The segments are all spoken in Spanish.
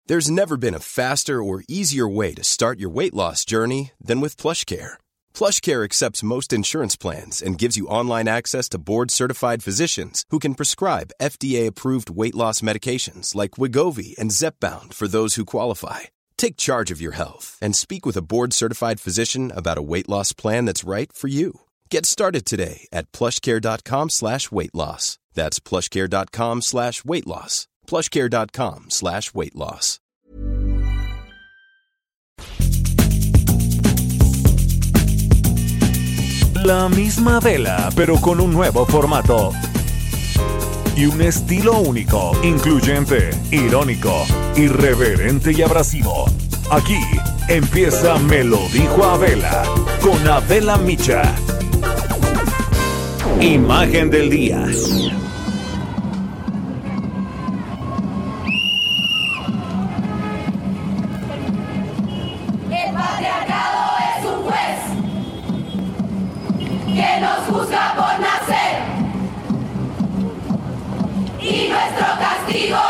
There's never been a faster or easier way to start your weight loss journey than with PlushCare. PlushCare accepts most insurance plans and gives you online access to board-certified physicians who can prescribe FDA-approved weight loss medications like Wegovy and Zepbound for those who qualify. Take charge of your health and speak with a board-certified physician about a weight loss plan that's right for you. Get started today at plushcare.com/weight loss. That's plushcare.com/weight loss. plushcare.com/weight loss. La misma vela, pero con un nuevo formato. Y un estilo único, incluyente, irónico, irreverente y abrasivo. Aquí empieza Me lo dijo Abela, con Adela Micha. Imagen del día. El patriarcado es un juez que nos juzga por nacer, y nuestro castigo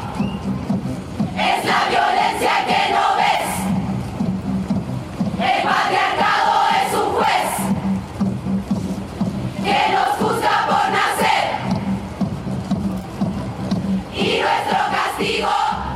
es la violencia que no ves. El patriarcado es un juez que nos juzga por nacer, y nuestro castigo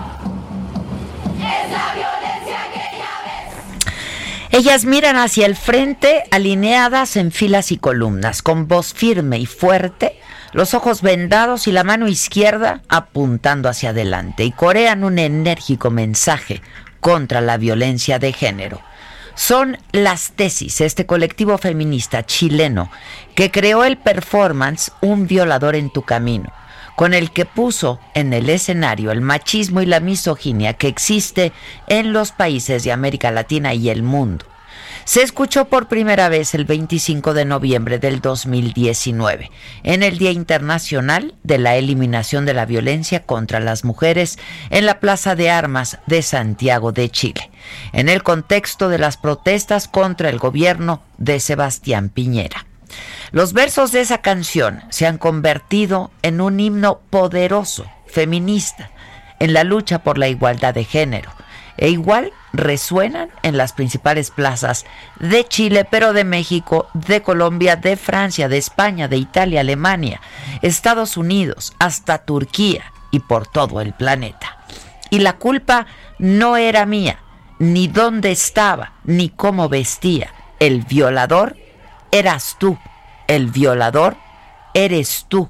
es la violencia que ya ves. Ellas miran hacia el frente, alineadas en filas y columnas, con voz firme y fuerte, los ojos vendados y la mano izquierda apuntando hacia adelante, y corean un enérgico mensaje contra la violencia de género. Son Las Tesis, este colectivo feminista chileno que creó el performance Un violador en tu camino, con el que puso en el escenario el machismo y la misoginia que existe en los países de América Latina y el mundo. Se escuchó por primera vez el 25 de noviembre del 2019, en el Día Internacional de la Eliminación de la Violencia contra las Mujeres en la Plaza de Armas de Santiago de Chile, en el contexto de las protestas contra el gobierno de Sebastián Piñera. Los versos de esa canción se han convertido en un himno poderoso, feminista, en la lucha por la igualdad de género, e igual resuenan en las principales plazas de Chile, pero de México, de Colombia, de Francia, de España, de Italia, Alemania, Estados Unidos, hasta Turquía y por todo el planeta. Y la culpa no era mía, ni dónde estaba, ni cómo vestía. El violador eras tú, el violador eres tú.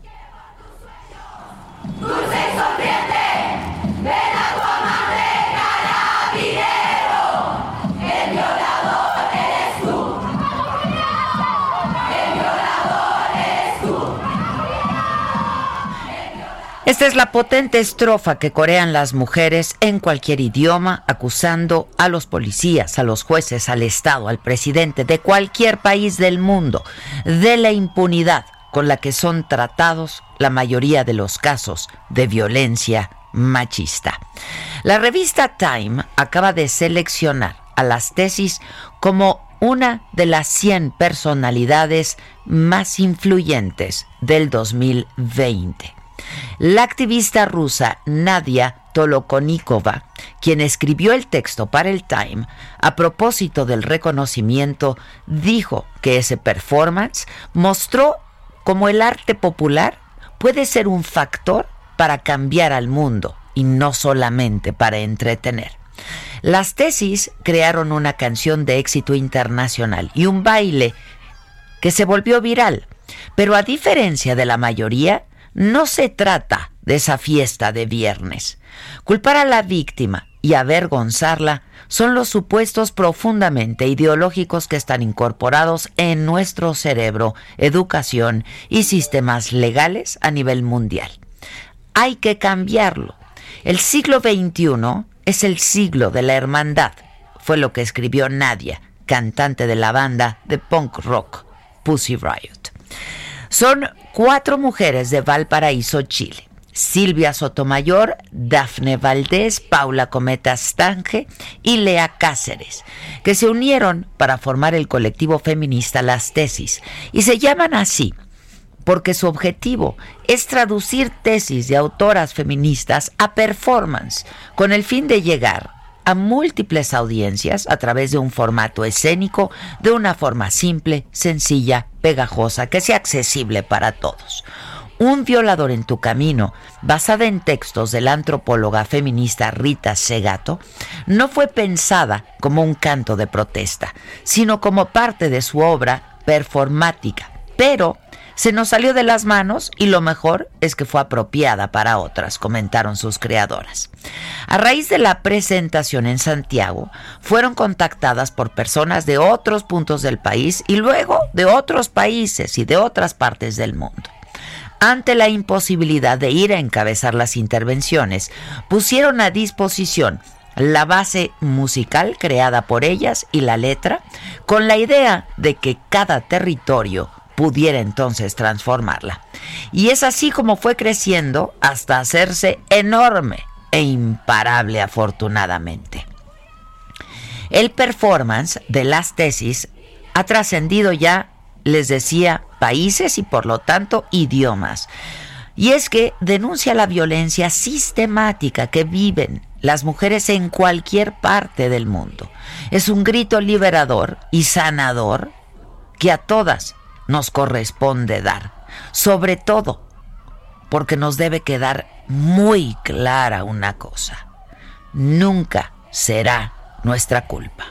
Dulce y sonriente, ven a tu amante carabinero. El violador eres tú. El violador eres tú. Esta es la potente estrofa que corean las mujeres en cualquier idioma, acusando a los policías, a los jueces, al Estado, al presidente de cualquier país del mundo de la impunidad con la que son tratados la mayoría de los casos de violencia machista. La revista Time acaba de seleccionar a Las Tesis como una de las 100 personalidades más influyentes del 2020. La activista rusa Nadia Tolokonikova, quien escribió el texto para el Time a propósito del reconocimiento, dijo que ese performance mostró cómo el arte popular puede ser un factor para cambiar al mundo y no solamente para entretener. Las Tesis crearon una canción de éxito internacional y un baile que se volvió viral, pero a diferencia de la mayoría, no se trata de esa fiesta de viernes. Culpar a la víctima y avergonzarla son los supuestos profundamente ideológicos que están incorporados en nuestro cerebro, educación y sistemas legales a nivel mundial. Hay que cambiarlo. El siglo XXI es el siglo de la hermandad, fue lo que escribió Nadia, cantante de la banda de punk rock Pussy Riot. Son 4 mujeres de Valparaíso, Chile: Silvia Sotomayor, Dafne Valdés, Paula Cometa Stange y Lea Cáceres, que se unieron para formar el colectivo feminista Las Tesis, y se llaman así porque su objetivo es traducir tesis de autoras feministas a performance, con el fin de llegar a múltiples audiencias a través de un formato escénico, de una forma simple, sencilla, pegajosa, que sea accesible para todos. Un violador en tu camino, basada en textos de la antropóloga feminista Rita Segato, no fue pensada como un canto de protesta, sino como parte de su obra performática, pero se nos salió de las manos y lo mejor es que fue apropiada para otras, comentaron sus creadoras. A raíz de la presentación en Santiago, fueron contactadas por personas de otros puntos del país y luego de otros países y de otras partes del mundo. Ante la imposibilidad de ir a encabezar las intervenciones, pusieron a disposición la base musical creada por ellas y la letra, con la idea de que cada territorio pudiera entonces transformarla. Y es así como fue creciendo hasta hacerse enorme e imparable, afortunadamente. El performance de las tesis ha trascendido ya, les decía, países y por lo tanto idiomas. Y es que denuncia la violencia sistemática que viven las mujeres en cualquier parte del mundo. Es un grito liberador y sanador que a todas nos corresponde dar, sobre todo porque nos debe quedar muy clara una cosa: nunca será nuestra culpa.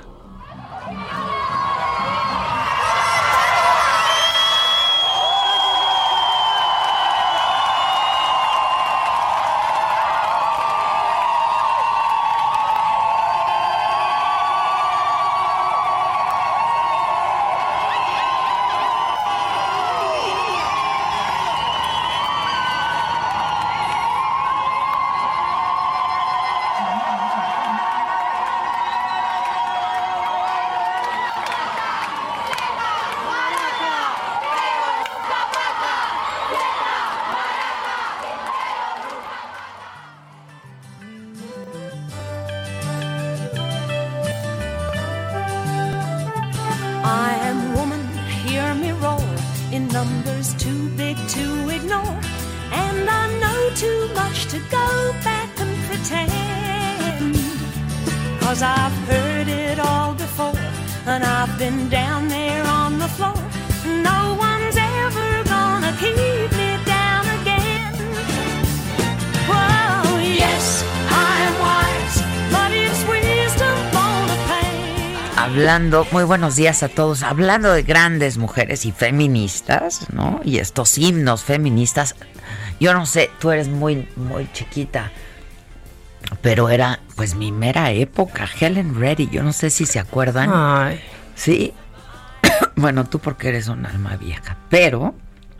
numbers too big to ignore, and I know too much to go back and pretend, 'cause I've heard it all before, and I've been down there on the floor. No one's ever gonna keep me down again. Whoa, yes, I'm wise, but it's wisdom born of pain. Hablando, muy buenos días a todos, hablando de grandes mujeres y feministas, ¿no? Y estos himnos feministas, yo no sé, tú eres muy chiquita, pero era pues mi mera época, Helen Reddy, yo no sé si se acuerdan. Ay. Sí. Bueno, tú porque eres un alma vieja, pero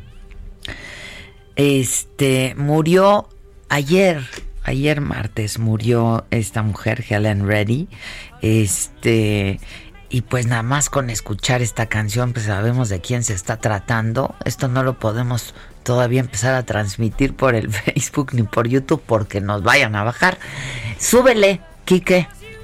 murió ayer martes, murió esta mujer, Helen Reddy, y pues nada más con escuchar esta canción pues sabemos de quién se está tratando. Esto no lo podemos todavía empezar a transmitir por el Facebook ni por YouTube porque nos vayan a bajar. Súbele, Quique.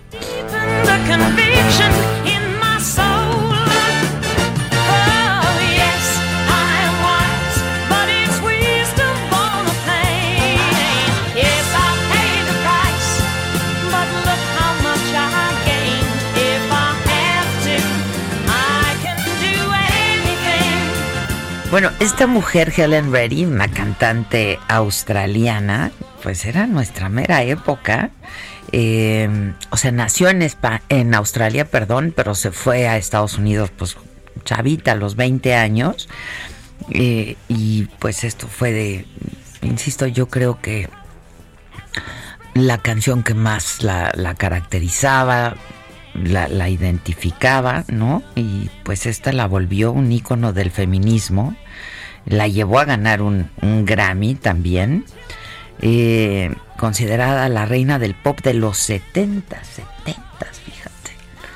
Bueno, esta mujer, Helen Reddy, una cantante australiana, pues era nuestra mera época. O sea, nació en Australia, pero se fue a Estados Unidos, pues chavita, a los 20 años. Y pues esto fue insisto, yo creo que la canción que más la caracterizaba, la identificaba, ¿no? Y pues esta la volvió un ícono del feminismo, la llevó a ganar un Grammy también, considerada la reina del pop de los 70, fíjate.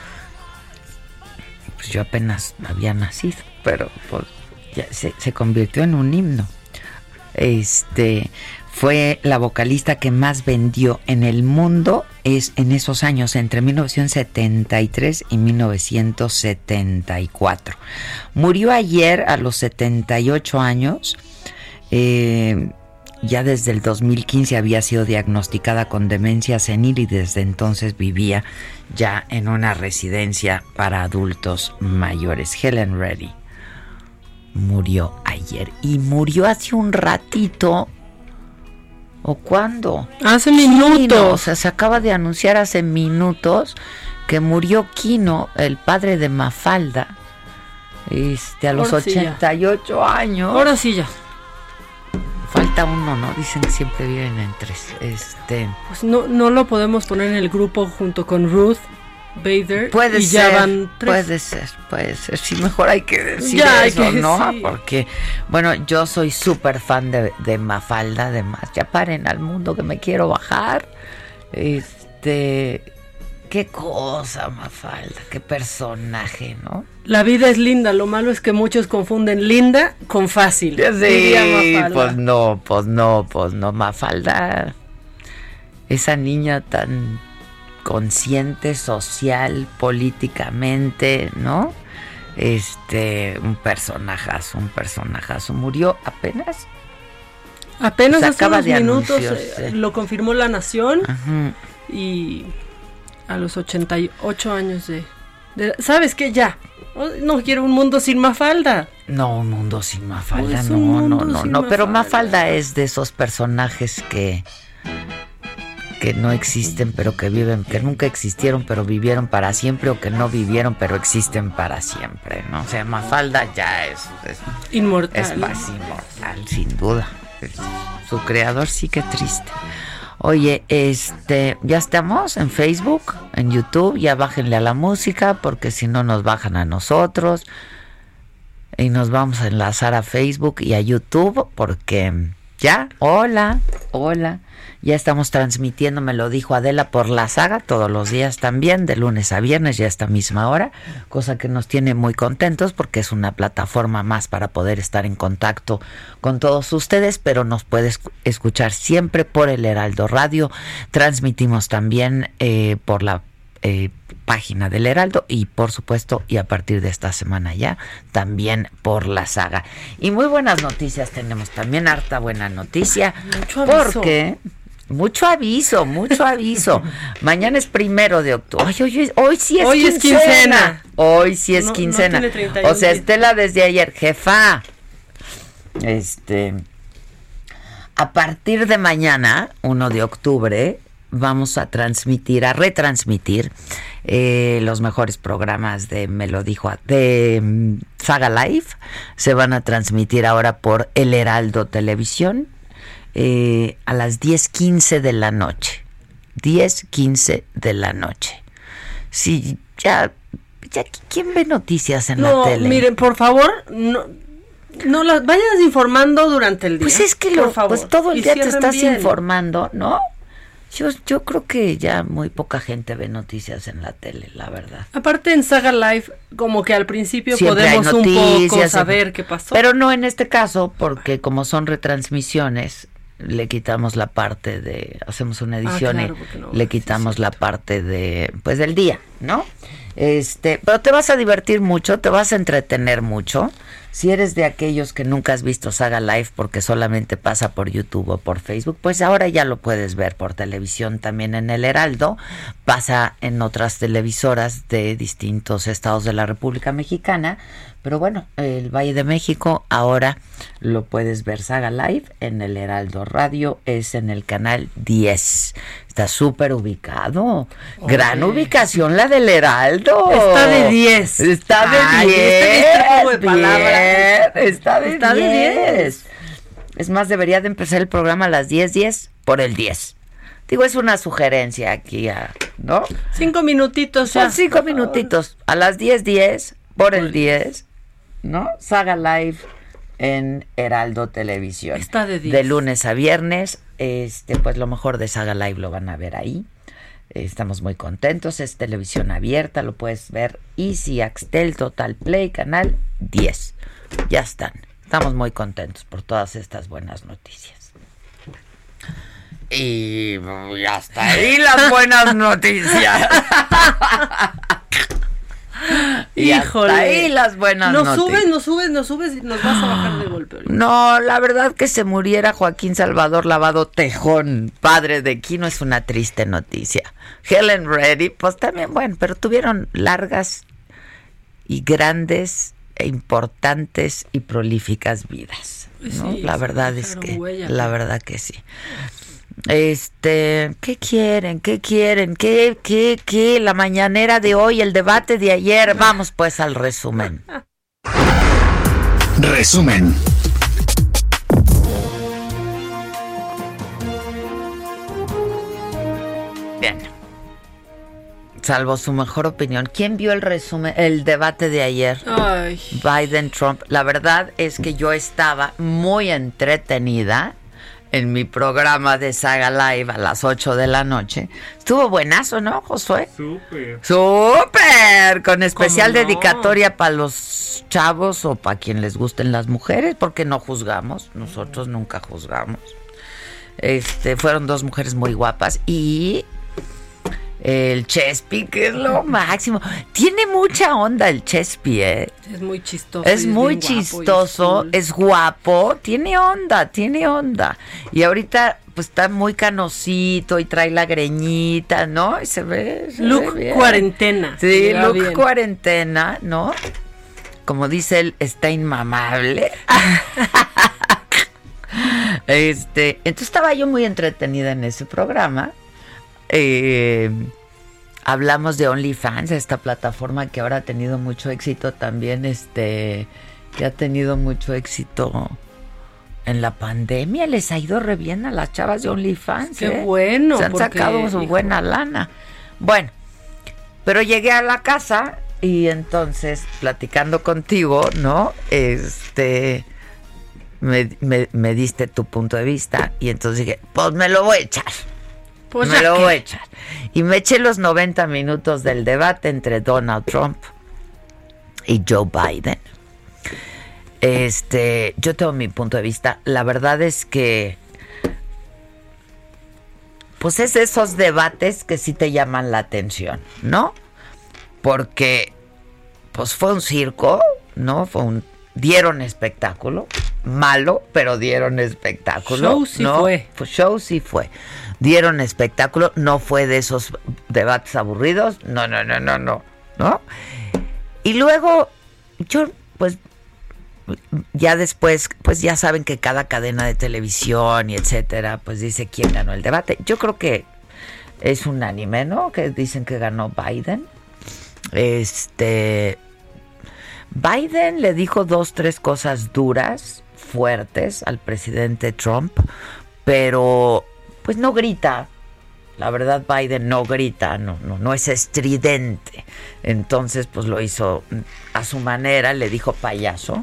Pues yo apenas había nacido, pero pues ya se convirtió en un himno. fue la vocalista que más vendió en el mundo en esos años, entre 1973 y 1974. Murió ayer a los 78 años. Ya desde el 2015 había sido diagnosticada con demencia senil y desde entonces vivía ya en una residencia para adultos mayores. Helen Reddy murió ayer y murió hace un ratito. ¿O cuándo? Hace minutos. Kino, o sea, se acaba de anunciar hace minutos que murió Kino, el padre de Mafalda, a los 88 años. Ahora sí ya. Falta uno, ¿no? Dicen que siempre viven en tres. Pues no lo podemos poner en el grupo junto con Ruth Bader. Puede y ser, ya van 3. Puede ser. Sí, mejor hay que decir ya eso, ¿no? Sí. Porque, bueno, yo soy súper fan de Mafalda, además. Ya paren al mundo que me quiero bajar. Qué cosa, Mafalda, qué personaje, ¿no? La vida es linda, lo malo es que muchos confunden linda con fácil. Sí, pues no, Mafalda, esa niña tan consciente social, políticamente, ¿no? Un personajazo, murió apenas hace unos minutos, sí. lo confirmó La Nación. Ajá. Y a los 88 años de ¿sabes qué? Ya, no quiero un mundo sin Mafalda. No, un mundo sin Mafalda, Pues no, pero Mafalda es de esos personajes que no existen, pero que viven, que nunca existieron, pero vivieron para siempre, o que no vivieron, pero existen para siempre, ¿no? O sea, Mafalda ya es inmortal. Es más inmortal, sin duda. Su creador sí que triste. Oye, ya estamos en Facebook, en YouTube, ya bájenle a la música, porque si no nos bajan a nosotros. Y nos vamos a enlazar a Facebook y a YouTube, porque ya, hola, ya estamos transmitiendo, me lo dijo Adela, por La Saga, todos los días también, de lunes a viernes, ya a esta misma hora, cosa que nos tiene muy contentos, porque es una plataforma más para poder estar en contacto con todos ustedes, pero nos puedes escuchar siempre por el Heraldo Radio. Transmitimos también por la página del Heraldo y por supuesto, y a partir de esta semana ya, también por La Saga. Y muy buenas noticias tenemos también, harta buena noticia, mucho aviso. Porque mucho aviso. Mañana es 1 de octubre. Hoy sí es quincena. Hoy sí es quincena. No tiene 31 o sea, días. Estela desde ayer, jefa. A partir de mañana, 1 de octubre, vamos a retransmitir los mejores programas de Saga Live. Se van a transmitir ahora por El Heraldo Televisión a las 10:15 de la noche. 10:15 de la noche. Sí, ya ¿quién ve noticias en la tele? Miren, por favor, no las vayas informando durante el día. Pues es que por favor, pues todo el día te estás bien. informando, ¿no? Yo creo que ya muy poca gente ve noticias en la tele, la verdad. Aparte en Saga Live, como que al principio Siempre hay podemos un noticias, poco saber qué pasó. Pero no en este caso, porque como son retransmisiones, le quitamos la parte hacemos una edición claro, y le quitamos la parte del día, ¿no? Pero te vas a divertir mucho, te vas a entretener mucho. Si eres de aquellos que nunca has visto Saga Live porque solamente pasa por YouTube o por Facebook, pues ahora ya lo puedes ver por televisión también en El Heraldo. Pasa en otras televisoras de distintos estados de la República Mexicana. Pero bueno, el Valle de México ahora lo puedes ver Saga Live en El Heraldo Radio, es en el canal 10. Está súper ubicado. Oye. Gran ubicación la del Heraldo. Está de 10. Está de 10. Este juego de palabras. Está de 10. Es más, debería de empezar el programa a las 10:10 por el 10. Digo, es una sugerencia aquí, ¿no? 5 minutitos. Son 5 minutitos. A las 10:10 por el 10, ¿no? Saga Live en Heraldo Televisión. Está de 10. De lunes a viernes, pues lo mejor de Saga Live lo van a ver ahí. Estamos muy contentos, es televisión abierta, lo puedes ver Easy, Axtel, Total Play, canal 10. Ya están. Estamos muy contentos por todas estas buenas noticias. Y hasta ahí las buenas noticias. Y Híjole. hasta ahí las buenas noticias. Nos subes y nos vas a bajar de golpe. No, la verdad que se muriera Joaquín Salvador Lavado Tejón, padre de Quino, es una triste noticia. Helen Reddy, pues también, bueno, pero tuvieron largas y grandes e importantes y prolíficas vidas, ¿no? Sí, la sí, verdad es dejaron que, huella. la verdad que sí. ¿Qué quieren? ¿Qué? La mañanera de hoy, el debate de ayer. Vamos pues al resumen. Resumen. Bien. Salvo su mejor opinión, ¿quién vio el resumen, el debate de ayer? Ay. Biden-Trump. La verdad es que yo estaba muy entretenida en mi programa de Saga Live a las 8 de la noche. Estuvo buenazo, ¿no, Josué? ¡Súper! Con especial ¿Cómo no? dedicatoria para los chavos o para quien les gusten las mujeres, porque no juzgamos. Nosotros nunca juzgamos. Fueron dos mujeres muy guapas y el Chespi, que es lo máximo. Tiene mucha onda el Chespi, ¿eh? Es muy chistoso. Es y muy bien guapo, chistoso, y cool. es guapo, tiene onda. Y ahorita pues está muy canosito y trae la greñita, ¿no? Y se ve Look bien. cuarentena. Sí, Lleva look bien. cuarentena, ¿no? Como dice él, está inmamable. Entonces estaba yo muy entretenida en ese programa. Hablamos de OnlyFans, esta plataforma que ahora ha tenido mucho éxito también, que ha tenido mucho éxito en la pandemia. Les ha ido re bien a las chavas de OnlyFans. Qué bueno. Se han porque, sacado su hijo, buena lana. Bueno, pero llegué a la casa y entonces, platicando contigo, ¿no? Me diste tu punto de vista y entonces dije, pues me lo voy a echar. pues me ya lo que- voy a echar. Y me eché los 90 minutos del debate entre Donald Trump y Joe Biden. Yo tengo mi punto de vista. La verdad es que pues es de esos debates que sí te llaman la atención, ¿no? Porque pues fue un circo, ¿no? Dieron espectáculo, malo, pero dieron espectáculo. Show sí ¿no? fue. Pues show sí fue. Dieron espectáculo, no fue de esos debates aburridos, no. Y luego, yo, pues, ya después, pues ya saben que cada cadena de televisión y etcétera, pues dice quién ganó el debate. Yo creo que es unánime, ¿no? Que dicen que ganó Biden. Biden le dijo 2-3 cosas duras, fuertes al presidente Trump, pero pues no grita. La verdad, Biden no grita, no es estridente. Entonces, pues lo hizo a su manera, le dijo payaso.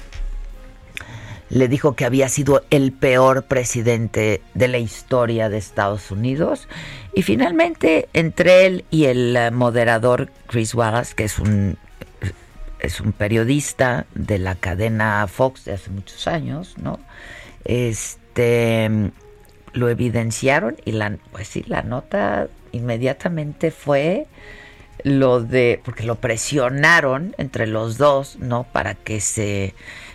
Le dijo que había sido el peor presidente de la historia de Estados Unidos. Y finalmente, entre él y el moderador Chris Wallace, que es un periodista de la cadena Fox de hace muchos años, ¿no? Lo evidenciaron y la nota inmediatamente fue porque lo presionaron entre los dos, ¿no? Para que se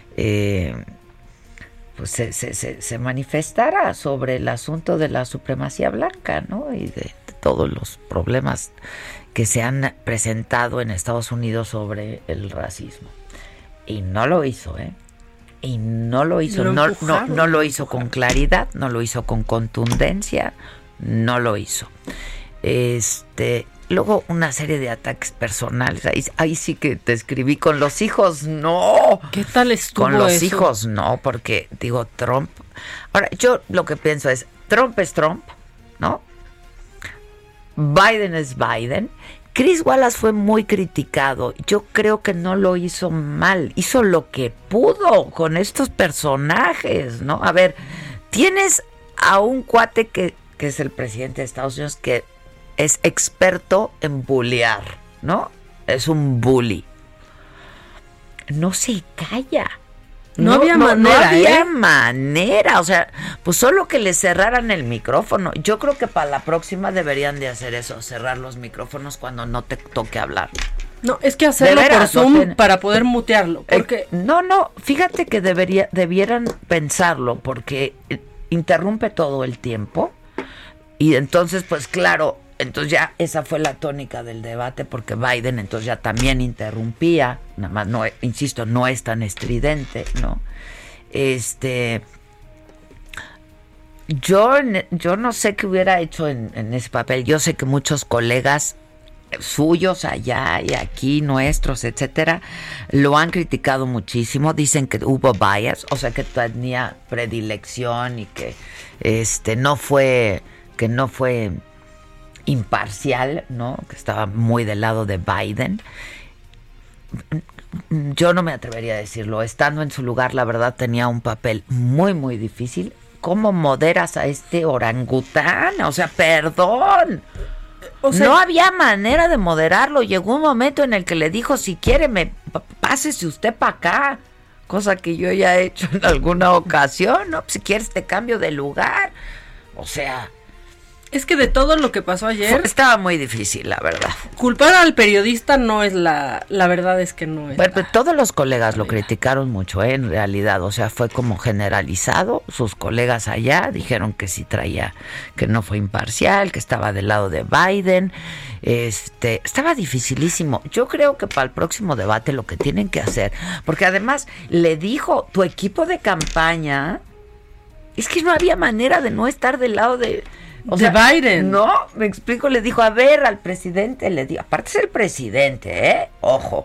manifestara sobre el asunto de la supremacía blanca, ¿no? Y de todos los problemas que se han presentado en Estados Unidos sobre el racismo. Y no lo hizo, ¿eh? Y no lo hizo, no lo hizo con claridad, no lo hizo con contundencia, no lo hizo. Luego una serie de ataques personales, ahí sí que te escribí, con los hijos, no. ¿Qué tal estuvo Con los eso? hijos, no, porque digo, Trump. Ahora, yo lo que pienso es, Trump es Trump, ¿no? Biden es Biden. Chris Wallace fue muy criticado. Yo creo que no lo hizo mal. Hizo lo que pudo con estos personajes, ¿no? A ver, tienes a un cuate que es el presidente de Estados Unidos, que es experto en bullear, ¿no? Es un bully. No se calla. No había manera, No había manera, o sea, pues solo que le cerraran el micrófono. Yo creo que para la próxima deberían de hacer eso, cerrar los micrófonos cuando no te toque hablar. No, es que hacerlo por Zoom para poder mutearlo, porque... No, fíjate que debieran pensarlo, porque interrumpe todo el tiempo, y entonces, pues claro, entonces ya esa fue la tónica del debate, porque Biden entonces ya también interrumpía, nada más, no, insisto, no es tan estridente, ¿no? Yo no sé qué hubiera hecho en ese papel. Yo sé que muchos colegas suyos allá y aquí, nuestros, etcétera, lo han criticado muchísimo. Dicen que hubo bias, o sea, que tenía predilección y que no fue imparcial, ¿no? Que estaba muy del lado de Biden. Yo no me atrevería a decirlo. Estando en su lugar, la verdad, tenía un papel muy, muy difícil. ¿Cómo moderas a este orangután? O sea, perdón. O sea, no había manera de moderarlo. Llegó un momento en el que le dijo, si quiere, pásese usted para acá. Cosa que yo ya he hecho en alguna ocasión, ¿no? Si quieres te cambio de lugar. O sea... Es que de todo lo que pasó ayer... Estaba muy difícil, la verdad. Culpar al periodista no es la verdad es que no es. Pero todos los colegas lo criticaron mucho, en realidad. O sea, fue como generalizado. Sus colegas allá dijeron que sí traía, que no fue imparcial, que estaba del lado de Biden. Estaba dificilísimo. Yo creo que para el próximo debate lo que tienen que hacer, porque además le dijo, tu equipo de campaña, es que no había manera de no estar del lado de Biden. No, me explico, le dijo, a ver, al presidente, le digo, aparte es el presidente, ojo,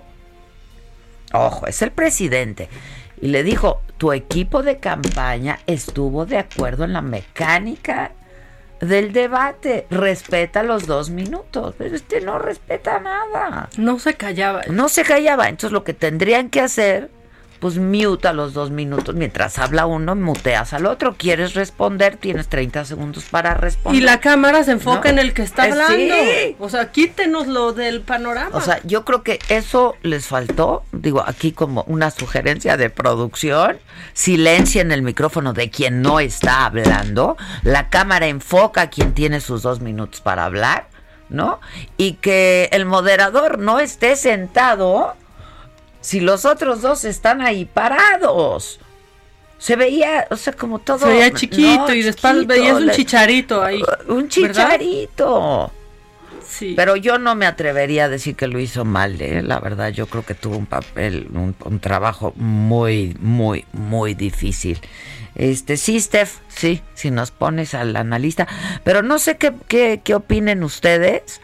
es el presidente. Y le dijo, tu equipo de campaña estuvo de acuerdo en la mecánica del debate, respeta los 2 minutos, pero no respeta nada. No se callaba, entonces lo que tendrían que hacer, pues mute a los 2 minutos. Mientras habla uno, muteas al otro. ¿Quieres responder? Tienes 30 segundos para responder. Y la cámara se enfoca en el que está hablando. Sí. O sea, quítenos lo del panorama. O sea, yo creo que eso les faltó. Digo, aquí como una sugerencia de producción. Silencien el micrófono de quien no está hablando. La cámara enfoca a quien tiene sus 2 minutos para hablar, ¿no? Y que el moderador no esté sentado si los otros 2 están ahí parados. Se veía, o sea, como todo... Se veía chiquito, y después veías un chicharito ahí. Un chicharito. ¿Verdad? Sí. Pero yo no me atrevería a decir que lo hizo mal, La verdad, yo creo que tuvo un papel, un trabajo muy, muy, muy difícil. Sí, Steph, sí, si nos pones al analista. Pero no sé qué opinen ustedes.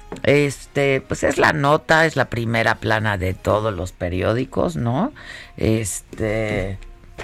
Pues es la nota, es la primera plana de todos los periódicos, ¿no? Mire,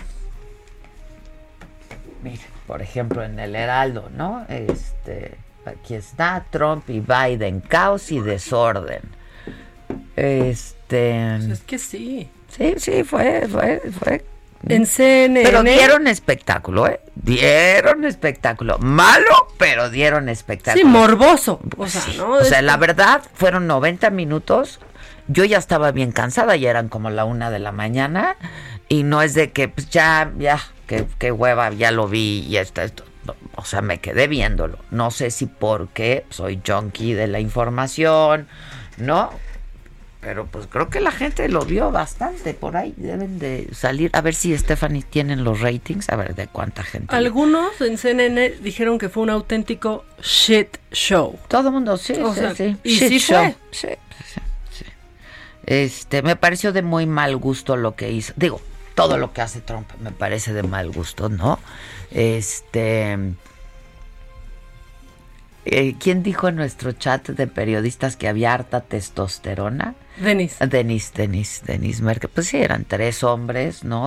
por ejemplo, en el Heraldo, ¿no? Aquí está Trump y Biden, caos y desorden. Pues es que sí. Sí, fue. En CNN. Pero dieron espectáculo, Dieron espectáculo. Malo, pero dieron espectáculo. Sí, morboso. O sea, sí. ¿No? O sea, la verdad, fueron 90 minutos. Yo ya estaba bien cansada, ya eran como la 1 de la mañana. Y no es de que, pues ya, qué hueva, ya lo vi y esto. O sea, me quedé viéndolo. No sé si porque soy junkie de la información, ¿no? Pero pues creo que la gente lo vio bastante. Por ahí deben de salir. A ver si Stephanie tienen los ratings. A ver de cuánta gente. Algunos en CNN dijeron que fue un auténtico shit show. Todo el mundo, sí. Y shit sí show. Sí. Me pareció de muy mal gusto lo que hizo. Digo, todo lo que hace Trump me parece de mal gusto, ¿no? ¿Quién dijo en nuestro chat de periodistas que había harta testosterona? Denis Merkel. Pues sí, eran 3 hombres, ¿no?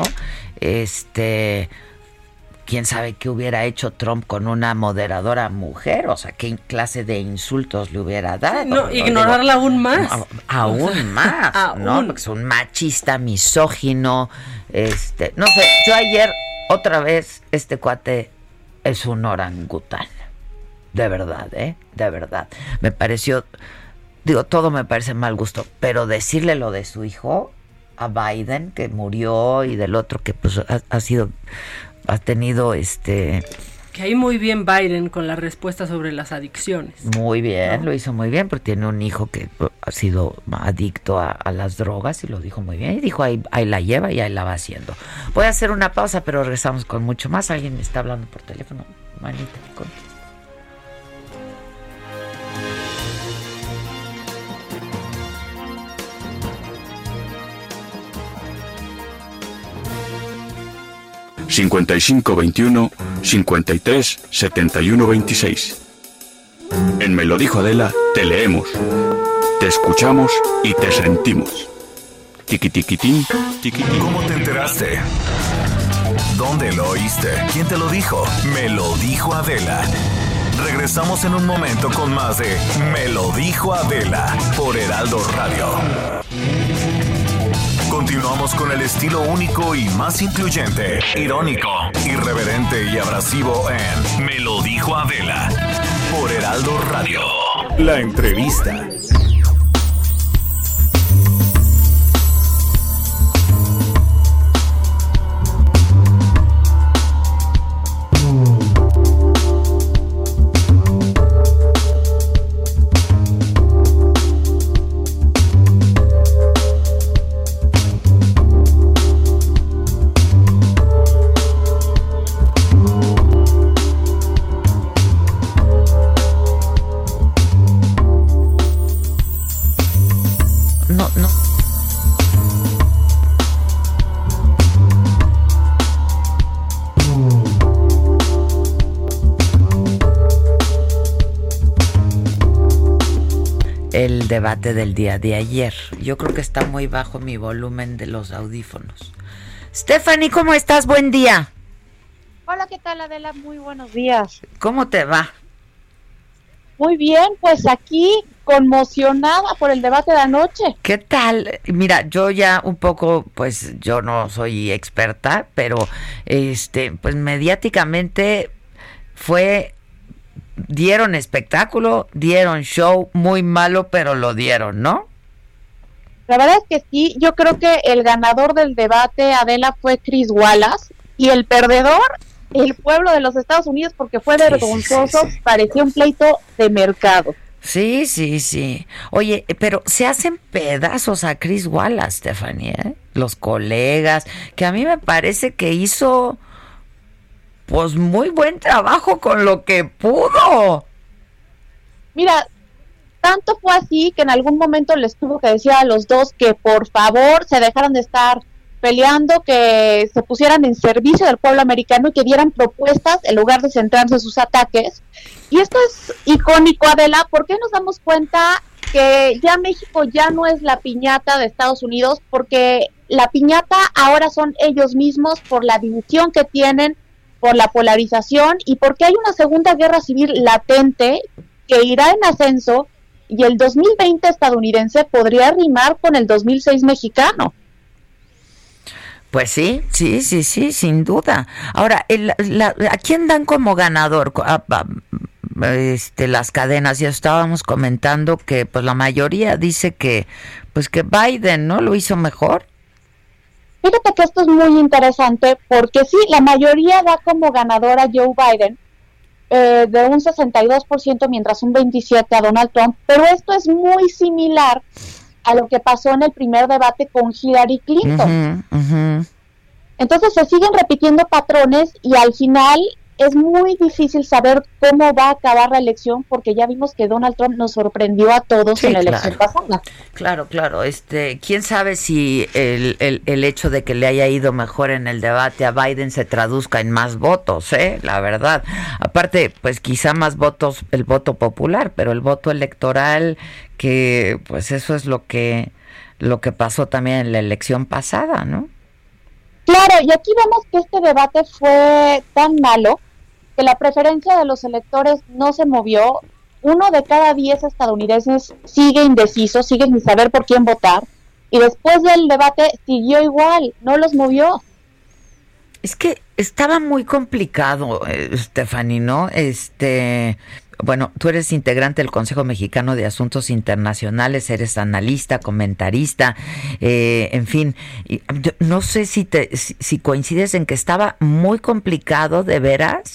¿Quién sabe qué hubiera hecho Trump con una moderadora mujer? O sea, ¿qué clase de insultos le hubiera dado? No, ignorarla aún más. Aún más, ¿no? Porque es un machista, misógino. No sé, yo ayer, otra vez, este cuate es un orangután. De verdad, de verdad. Me pareció, todo me parece mal gusto, pero decirle lo de su hijo, a Biden, que murió, y del otro que pues ha tenido Que ahí muy bien Biden con la respuesta sobre las adicciones. Muy bien, ¿no? Lo hizo muy bien, pero tiene un hijo que ha sido adicto a las drogas y lo dijo muy bien. Y dijo, ahí la lleva y ahí la va haciendo. Voy a hacer una pausa, pero regresamos con mucho más. Alguien me está hablando por teléfono. Manita, contesta. ...5521-53-7126... En Me lo dijo Adela, te leemos, te escuchamos y te sentimos. Tiquitiquitín, tiquitín. ¿Cómo te enteraste? ¿Dónde lo oíste? ¿Quién te lo dijo? Me lo dijo Adela. Regresamos en un momento con más de Me lo dijo Adela por Heraldo Radio. Continuamos con el estilo único y más incluyente, irónico, irreverente y abrasivo en Me lo dijo Adela por Heraldo Radio. La entrevista. El debate del día de ayer. Yo creo que está muy bajo mi volumen de los audífonos. Stephanie, ¿cómo estás? Buen día. Hola, ¿qué tal, Adela? Muy buenos días. ¿Cómo te va? Muy bien, pues aquí conmocionada por el debate de anoche. ¿Qué tal? Mira, yo ya un poco, pues yo no soy experta, pero pues mediáticamente dieron espectáculo, dieron show, muy malo, pero lo dieron, ¿no? La verdad es que sí, yo creo que el ganador del debate, Adela, fue Chris Wallace, y el perdedor, el pueblo de los Estados Unidos, porque fue vergonzoso, sí. Parecía un pleito de mercado. Sí. Oye, pero se hacen pedazos a Chris Wallace, Stephanie, los colegas, que a mí me parece que hizo pues muy buen trabajo con lo que pudo. Mira, tanto fue así que en algún momento les tuvo que decir a los dos que por favor se dejaran de estar peleando, que se pusieran en servicio del pueblo americano y que dieran propuestas en lugar de centrarse en sus ataques. Y esto es icónico, Adela, porque nos damos cuenta que ya México ya no es la piñata de Estados Unidos, porque la piñata ahora son ellos mismos por la división que tienen, por la polarización y porque hay una segunda guerra civil latente que irá en ascenso, y el 2020 estadounidense podría rimar con el 2006 mexicano. Pues sí, sin duda. Ahora, ¿a quién dan como ganador? Las cadenas, ya estábamos comentando que pues la mayoría dice que Biden, ¿no? Lo hizo mejor. Fíjate que esto es muy interesante porque sí, la mayoría da como ganador a Joe Biden, de un 62%, mientras un 27% a Donald Trump, pero esto es muy similar a lo que pasó en el primer debate con Hillary Clinton. Uh-huh. Entonces se siguen repitiendo patrones y al final es muy difícil saber cómo va a acabar la elección, porque ya vimos que Donald Trump nos sorprendió a todos en la elección pasada. Claro. ¿Quién sabe si el hecho de que le haya ido mejor en el debate a Biden se traduzca en más votos, la verdad. Aparte, pues quizá más votos, el voto popular, pero el voto electoral, que pues eso es lo que pasó también en la elección pasada, ¿no? Claro, y aquí vemos que este debate fue tan malo que la preferencia de los electores no se movió. 1 de cada 10 estadounidenses sigue indeciso, sigue sin saber por quién votar, y después del debate siguió igual, no los movió. Es que estaba muy complicado, Stephanie, ¿no? Bueno, tú eres integrante del Consejo Mexicano de Asuntos Internacionales, eres analista, comentarista, en fin, no sé si coincides en que estaba muy complicado de veras,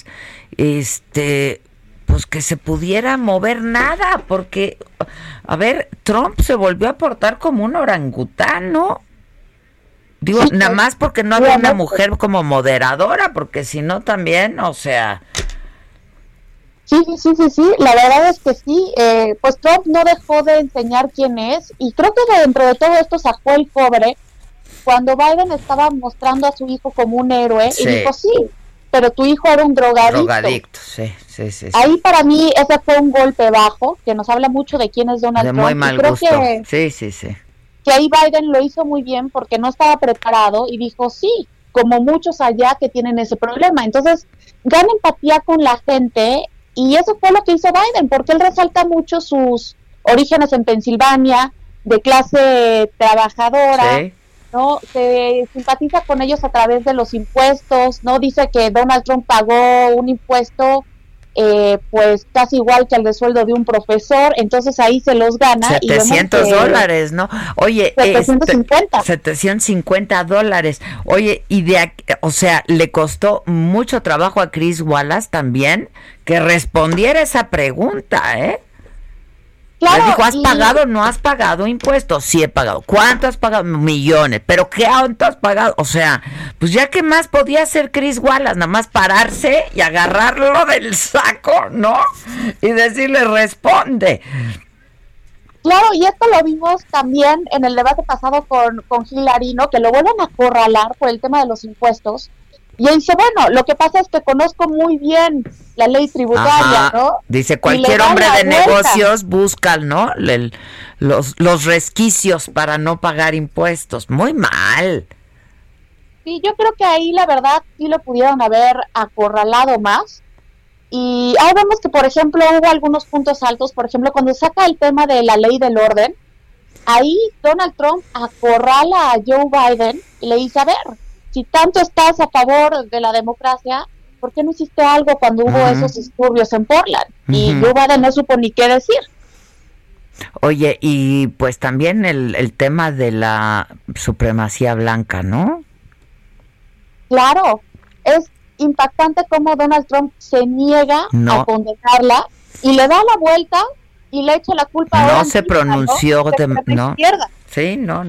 pues que se pudiera mover nada, porque, a ver, Trump se volvió a portar como un orangután, ¿no? Digo, sí, nada más porque no había una mujer como moderadora, porque si no también, o sea... Sí, la verdad es que sí, pues Trump no dejó de enseñar quién es, y creo que dentro de todo esto sacó el cobre cuando Biden estaba mostrando a su hijo como un héroe, sí. Y dijo, sí, pero tu hijo era un drogadicto. Sí. Ahí para mí ese fue un golpe bajo, que nos habla mucho de quién es Donald Trump. De muy mal gusto, sí. Que ahí Biden lo hizo muy bien porque no estaba preparado y dijo, sí, como muchos allá que tienen ese problema. Entonces, gana empatía con la gente. Y eso fue lo que hizo Biden, porque él resalta mucho sus orígenes en Pensilvania, de clase trabajadora, sí. ¿No? Se simpatiza con ellos a través de los impuestos, ¿no? Dice que Donald Trump pagó un impuesto, pues casi igual que el de sueldo de un profesor, entonces ahí se los gana. $700, ¿no? Oye, $750. Oye, y o sea, le costó mucho trabajo a Chris Wallace también que respondiera esa pregunta, ¿eh? Claro, le dijo, ¿has pagado o no has pagado impuestos? Sí he pagado. ¿Cuánto has pagado? Millones. ¿Pero qué cuánto has pagado? O sea, pues ya que más podía hacer Chris Wallace, nada más pararse y agarrarlo del saco, ¿no? Y decirle, responde. Claro, y esto lo vimos también en el debate pasado con Hillary, ¿no? Que lo vuelven a acorralar por el tema de los impuestos. Y él dice, bueno, lo que pasa es que conozco muy bien la ley tributaria, ¿no? Dice, cualquier hombre de negocios busca, ¿no? Los resquicios para no pagar impuestos. Muy mal. Sí, yo creo que ahí la verdad sí lo pudieron haber acorralado más. Y ahí vemos que, por ejemplo, hubo algunos puntos altos. Por ejemplo, cuando saca el tema de la ley del orden, ahí Donald Trump acorrala a Joe Biden y le dice, a ver, si tanto estás a favor de la democracia, ¿por qué no hiciste algo cuando hubo esos disturbios en Portland? Y Joe Biden no supo ni qué decir. Oye, y pues también el tema de la supremacía blanca, ¿no? Claro, es impactante cómo Donald Trump se niega a condenarla y le da la vuelta y le echa la culpa a no se pronunció, ¿no? Sí, no.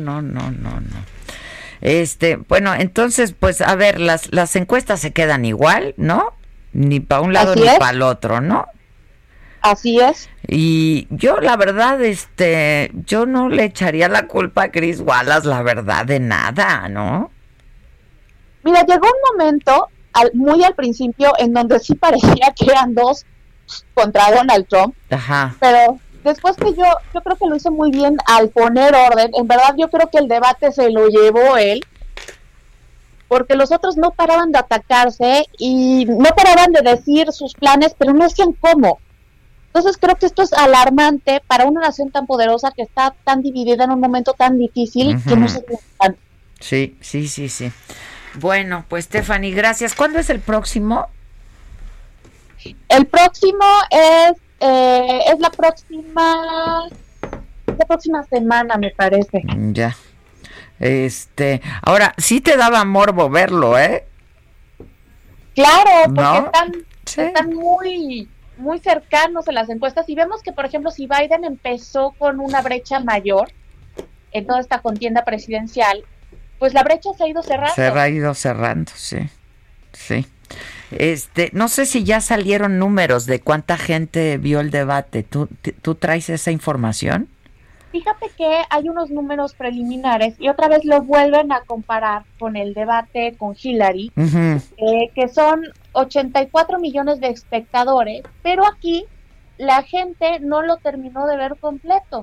Bueno, entonces, pues, a ver, las encuestas se quedan igual, ¿no? Ni para un lado ni para el otro, ¿no? Así es. Y yo, la verdad, yo no le echaría la culpa a Chris Wallace, la verdad, de nada, ¿no? Mira, llegó un momento, muy al principio, en donde sí parecía que eran dos contra Donald Trump. Ajá. Pero después que yo creo que lo hizo muy bien al poner orden. En verdad yo creo que el debate se lo llevó él, porque los otros no paraban de atacarse y no paraban de decir sus planes, pero no decían cómo. Entonces creo que esto es alarmante para una nación tan poderosa que está tan dividida en un momento tan difícil que no se plan. Sí. Bueno, pues Stephanie, gracias. ¿Cuándo es el próximo? El próximo es la próxima semana, me parece. Ya. Ahora, sí te daba morbo verlo, ¿eh? Claro, porque están muy, muy cercanos en las encuestas y vemos que, por ejemplo, si Biden empezó con una brecha mayor en toda esta contienda presidencial, pues la brecha se ha ido cerrando. Se ha ido cerrando, sí. No sé si ya salieron números de cuánta gente vio el debate. ¿Tú traes esa información? Fíjate que hay unos números preliminares y otra vez lo vuelven a comparar con el debate con Hillary, que son 84 millones de espectadores, pero aquí la gente no lo terminó de ver completo.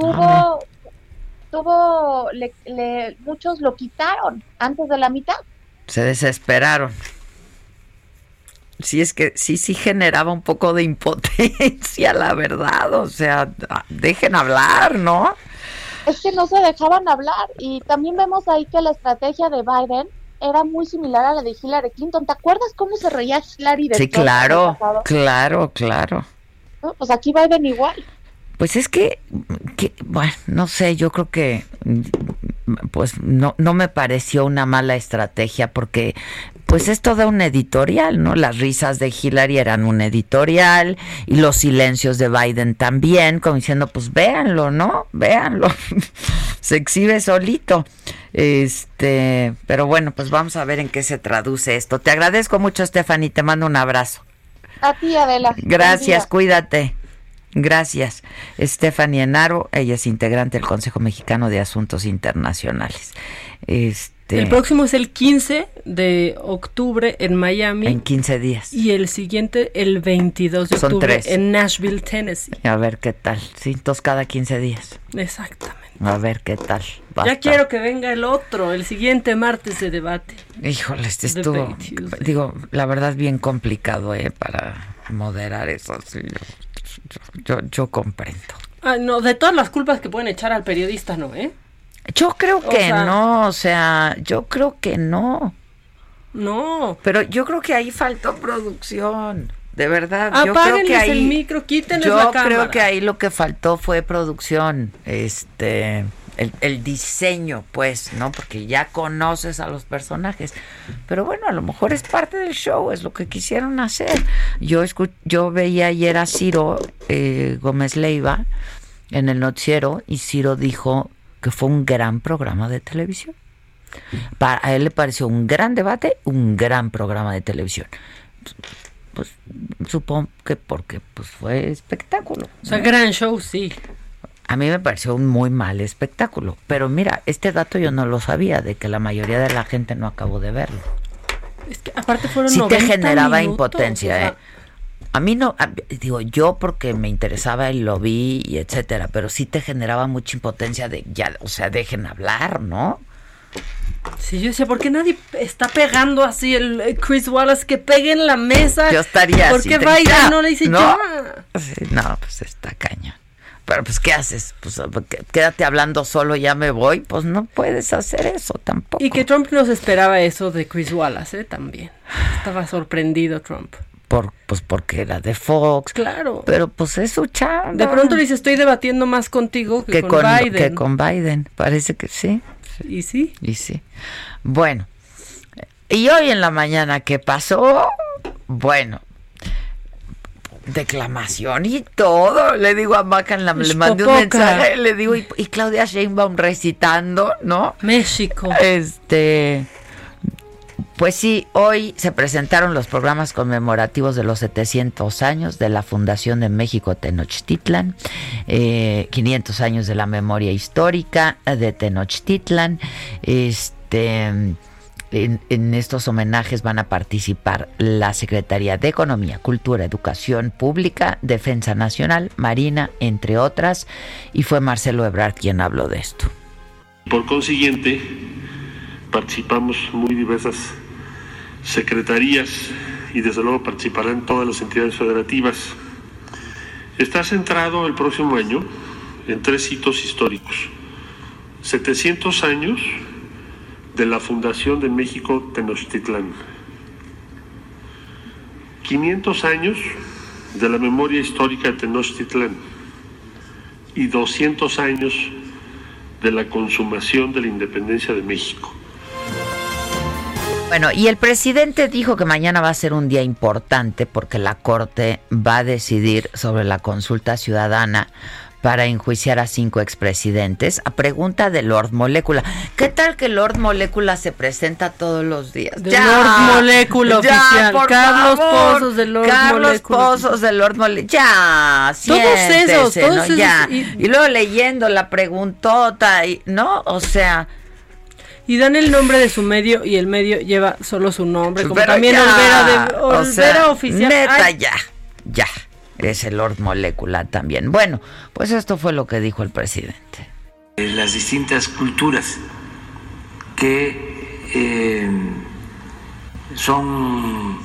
Muchos lo quitaron antes de la mitad. Se desesperaron. Sí, es que sí generaba un poco de impotencia, la verdad, o sea, dejen hablar, ¿no? Es que no se dejaban hablar y también vemos ahí que la estrategia de Biden era muy similar a la de Hillary Clinton. ¿Te acuerdas cómo se reía Hillary de Sí, Trump claro, el pasado? claro. ¿No? Pues aquí Biden igual. Pues es que, bueno, no sé, yo creo que pues no me pareció una mala estrategia porque pues es toda un editorial, ¿no? Las risas de Hillary eran un editorial y los silencios de Biden también, como diciendo, pues véanlo, ¿no? Véanlo. Se exhibe solito. Pero bueno, pues vamos a ver en qué se traduce esto. Te agradezco mucho, Stephanie, te mando un abrazo. A ti, Adela. Gracias, cuídate. Gracias. Stephanie Enaro, ella es integrante del Consejo Mexicano de Asuntos Internacionales. El próximo es el 15 de octubre en Miami. En 15 días. Y el siguiente, el 22 de Son octubre 3. en Nashville, Tennessee. A ver qué tal. Sí, entonces cada 15 días. Exactamente. A ver qué tal. Ya quiero que venga el siguiente martes de debate. Híjole, estuvo, digo, la verdad bien complicado, para moderar eso. Sí, yo comprendo. No, de todas las culpas que pueden echar al periodista, no, Yo creo que yo creo que no. No. Pero yo creo que ahí faltó producción, de verdad. Apáguenles el micro, quítenles la cámara. Yo creo que ahí lo que faltó fue producción, el diseño, pues, ¿no? Porque ya conoces a los personajes. Pero bueno, a lo mejor es parte del show, es lo que quisieron hacer. Yo veía ayer a Ciro Gómez Leiva en el noticiero y Ciro dijo que fue un gran programa de televisión. A él le pareció un gran debate, un gran programa de televisión. Pues supongo que porque pues fue espectáculo, ¿no? O sea, gran show, sí. A mí me pareció un muy mal espectáculo. Pero mira, este dato yo no lo sabía, de que la mayoría de la gente no acabó de verlo. Es que aparte fueron sí 90 te generaba minutos, impotencia, o sea, A mí no, digo, yo porque me interesaba y lo vi y etcétera, pero sí te generaba mucha impotencia de ya, o sea, dejen hablar, ¿no? Sí, yo decía, ¿por qué nadie está pegando así el Chris Wallace que pegue en la mesa? Yo estaría ¿Por así. qué Biden no le dice no, ya? Sí, no, pues está cañón. Pero pues, ¿qué haces? Pues quédate hablando solo, ya me voy. Pues no puedes hacer eso tampoco. Y que Trump nos esperaba eso de Chris Wallace, también. Estaba sorprendido Trump. Pues porque era de Fox. Claro. Pero pues es su chamba. De pronto le dice, estoy debatiendo más contigo que con Biden. Que con Biden, parece que sí. ¿Y sí? Y sí. Bueno, y hoy en la mañana, ¿qué pasó? Bueno, declamación y todo. Le digo a Maca, le mandé un mensaje, le digo, y Claudia Sheinbaum recitando, ¿no? México. Pues sí, hoy se presentaron los programas conmemorativos de los 700 años de la Fundación de México Tenochtitlan, 500 años de la memoria histórica de Tenochtitlan. En estos homenajes van a participar la Secretaría de Economía, Cultura, Educación Pública, Defensa Nacional, Marina, entre otras, y fue Marcelo Ebrard quien habló de esto. Por consiguiente, participamos muy diversas secretarías y desde luego participarán todas las entidades federativas. Está centrado el próximo año en 3 hitos históricos: 700 años de la Fundación de México Tenochtitlan, 500 años de la memoria histórica de Tenochtitlan y 200 años de la consumación de la independencia de México. Bueno, y el presidente dijo que mañana va a ser un día importante porque la Corte va a decidir sobre la consulta ciudadana para enjuiciar a 5 expresidentes a pregunta de Lord Molécula. ¿Qué tal que Lord Molécula se presenta todos los días? De Lord Molécula oficial. Carlos Pozos de Lord Molécula. Carlos Pozos de Lord Molécula. Ya, siéntese, todos esos. Ya. Y luego leyendo la preguntota, ¿no? O sea... Y dan el nombre de su medio y el medio lleva solo su nombre, como pero también ya, Olvera oficial. Neta, ay. ya. Es el Lord Molécula también. Bueno, pues esto fue lo que dijo el presidente. Las distintas culturas que son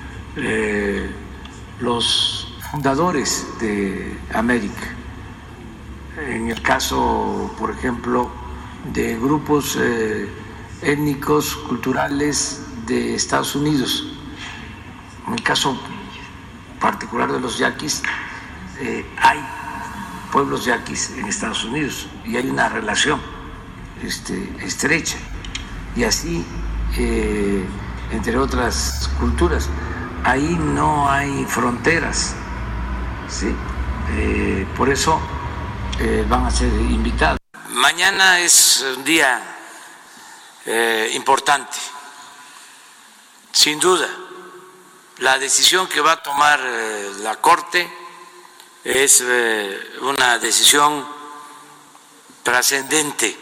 los fundadores de América. En el caso, por ejemplo, de grupos étnicos, culturales de Estados Unidos. En el caso particular de los yaquis, hay pueblos yaquis en Estados Unidos y hay una relación estrecha, y así entre otras culturas. Ahí no hay fronteras, ¿sí? Por eso van a ser invitados. Mañana es un día importante, sin duda. La decisión que va a tomar la Corte es una decisión trascendente,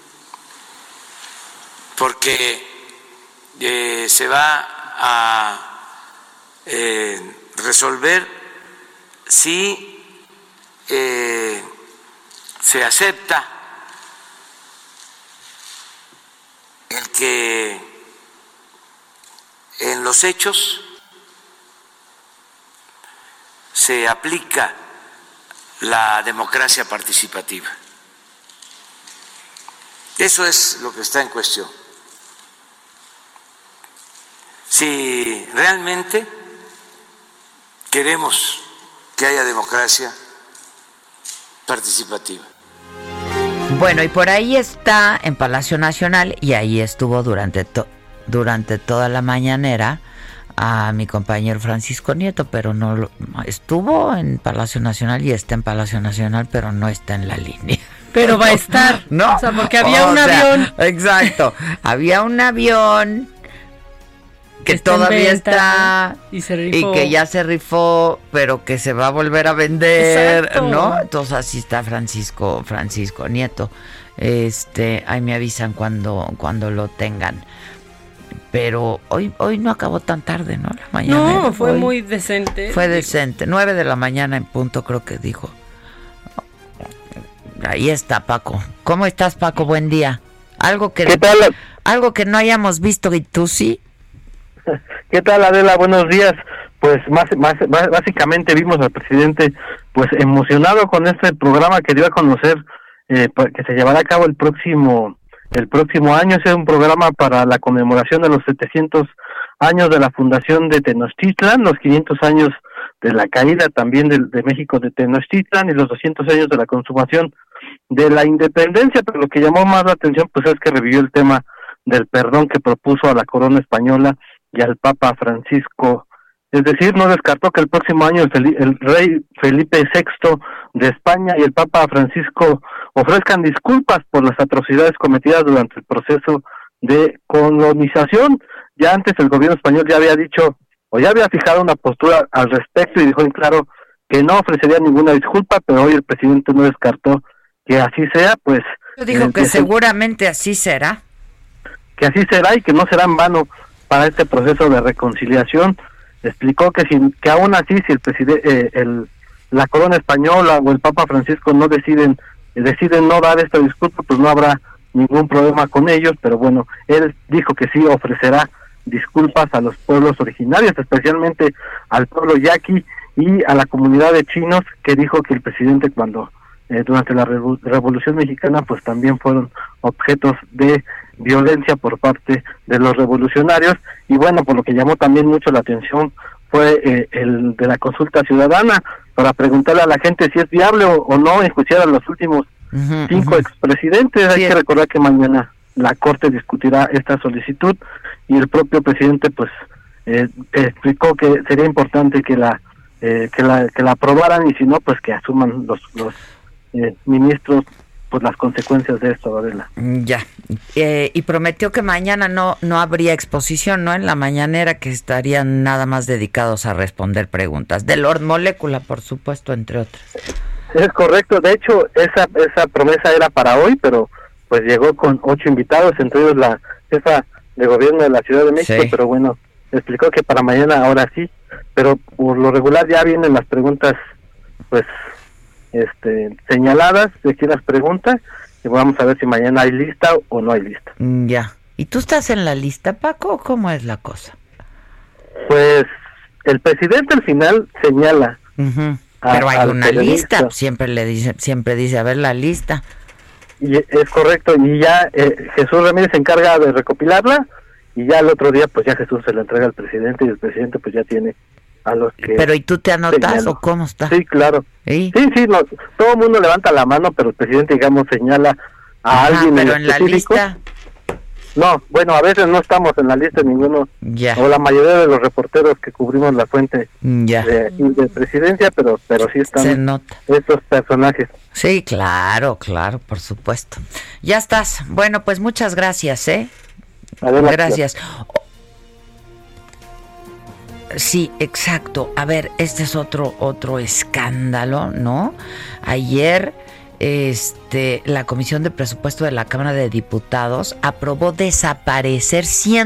porque se va a resolver si se acepta el que en los hechos se aplica la democracia participativa. Eso es lo que está en cuestión. Si realmente queremos que haya democracia participativa. Bueno, y por ahí está en Palacio Nacional, y ahí estuvo durante toda la mañanera a mi compañero Francisco Nieto, pero no estuvo en Palacio Nacional y está en Palacio Nacional, pero no está en la línea. Pero va a estar, no, o sea, porque había un avión. Exacto, había un avión que está todavía está y se rifó, y que ya se rifó, pero que se va a volver a vender. Exacto. ¿No? Entonces así está Francisco Nieto. Ahí me avisan cuando lo tengan. Pero hoy no acabó tan tarde, ¿no? La mañana. No, fue muy decente. Fue decente. 9 de la mañana en punto, creo que dijo. Ahí está, Paco. ¿Cómo estás, Paco? Buen día. ¿Qué tal? Algo que no hayamos visto, y tú sí. ¿Qué tal, Adela? Buenos días. Pues básicamente vimos al presidente pues emocionado con este programa que dio a conocer, que se llevará a cabo el próximo año. Es un programa para la conmemoración de los 700 años de la fundación de Tenochtitlan, los 500 años de la caída también de México de Tenochtitlan y los 200 años de la consumación de la independencia. Pero lo que llamó más la atención pues es que revivió el tema del perdón que propuso a la corona española y al Papa Francisco. Es decir, no descartó que el próximo año el rey Felipe VI de España y el Papa Francisco ofrezcan disculpas por las atrocidades cometidas durante el proceso de colonización. Ya antes el gobierno español ya había dicho, o ya había fijado una postura al respecto y dejó en claro que no ofrecería ninguna disculpa, pero hoy el presidente no descartó que así sea, pues... Dijo que seguramente así será. Que así será y que no será en vano para este proceso de reconciliación. Explicó que aún así, si el presidente, la corona española o el Papa Francisco no deciden no dar esta disculpa, pues no habrá ningún problema con ellos. Pero bueno, él dijo que sí ofrecerá disculpas a los pueblos originarios, especialmente al pueblo yaqui y a la comunidad de chinos, que dijo que el presidente durante la Revolución Mexicana pues también fueron objetos de violencia por parte de los revolucionarios. Y bueno, por lo que llamó también mucho la atención fue el de la consulta ciudadana para preguntarle a la gente si es viable o no enjuiciar a los últimos 5 expresidentes. Hay que recordar que mañana la Corte discutirá esta solicitud y el propio presidente pues explicó que sería importante que la aprobaran y si no pues que asuman los ministros pues las consecuencias de esto, Adela. Ya. Y prometió que mañana no habría exposición, ¿no? En la mañanera, que estarían nada más dedicados a responder preguntas. De Lord Molécula, por supuesto, entre otras. Es correcto. De hecho, esa promesa era para hoy, pero pues llegó con 8 invitados, entre ellos la jefa de gobierno de la Ciudad de México, sí. Pero bueno, explicó que para mañana ahora sí, pero por lo regular ya vienen las preguntas, pues... señaladas de quién las pregunta, y vamos a ver si mañana hay lista o no hay lista. Ya. ¿Y tú estás en la lista, Paco? ¿Cómo es la cosa? Pues el presidente al final señala. Pero hay una lista, siempre dice, a ver la lista. Y es correcto, y ya Jesús Ramírez se encarga de recopilarla, y ya el otro día pues ya Jesús se la entrega al presidente, y el presidente pues ya tiene a los que... Pero ¿y tú te anotas señaló. o cómo está? Sí, claro. ¿Sí? Sí, no, todo el mundo levanta la mano, pero el presidente, digamos, señala a alguien pero en en la específico. lista... No, bueno, a veces no estamos en la lista ninguno, Ya. o la mayoría de los reporteros que cubrimos la fuente Ya. de presidencia, pero sí están Se nota. estos personajes. Sí, claro, por supuesto. Ya estás. Bueno, pues muchas gracias, Adelante. Gracias. Sí, exacto. A ver, este es otro escándalo, ¿no? Ayer la Comisión de Presupuesto de la Cámara de Diputados aprobó desaparecer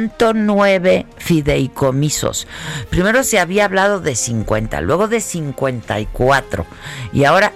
109 fideicomisos. Primero se había hablado de 50, luego de 54 y ahora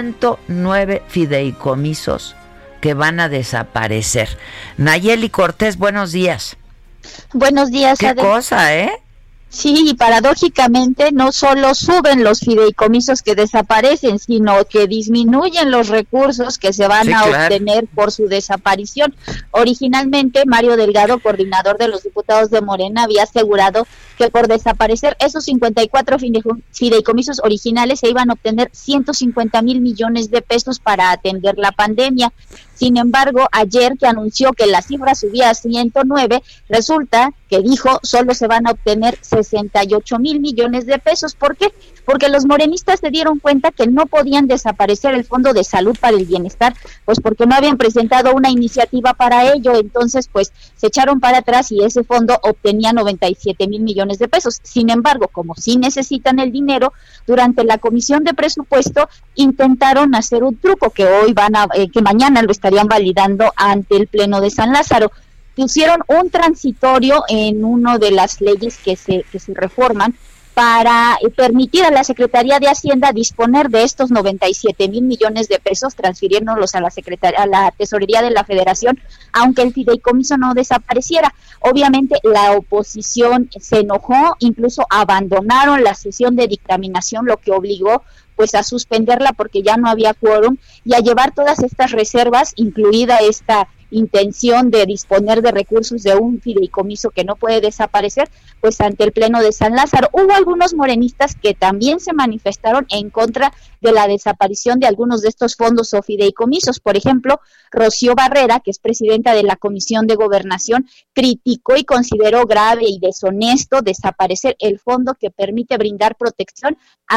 109 fideicomisos que van a desaparecer. Nayeli Cortés, buenos días. Buenos días. ¿Qué cosa, Sí, y paradójicamente no solo suben los fideicomisos que desaparecen, sino que disminuyen los recursos que se van a obtener por su desaparición. Originalmente, Mario Delgado, coordinador de los diputados de Morena, había asegurado que por desaparecer esos 54 fideicomisos originales se iban a obtener 150,000 millones de pesos para atender la pandemia. Sin embargo, ayer que anunció que la cifra subía a 109, resulta que dijo solo se van a obtener 68,000 millones de pesos. ¿Por qué? Porque los morenistas se dieron cuenta que no podían desaparecer el Fondo de Salud para el Bienestar, pues porque no habían presentado una iniciativa para ello. Entonces, pues se echaron para atrás y ese fondo obtenía 97,000 millones de pesos. Sin embargo, como sí necesitan el dinero, durante la Comisión de Presupuesto intentaron hacer un truco que que mañana lo estarían validando ante el Pleno de San Lázaro. Pusieron un transitorio en una de las leyes que se reforman para permitir a la Secretaría de Hacienda disponer de estos 97,000 millones de pesos, transfiriéndolos a la Tesorería de la Federación, aunque el fideicomiso no desapareciera. Obviamente la oposición se enojó, incluso abandonaron la sesión de dictaminación, lo que obligó pues a suspenderla porque ya no había quórum y a llevar todas estas reservas, incluida esta intención de disponer de recursos de un fideicomiso que no puede desaparecer, pues ante el Pleno de San Lázaro. Hubo algunos morenistas que también se manifestaron en contra de la desaparición de algunos de estos fondos o fideicomisos. Por ejemplo, Rocío Barrera, que es presidenta de la Comisión de Gobernación, criticó y consideró grave y deshonesto desaparecer el fondo que permite brindar protección a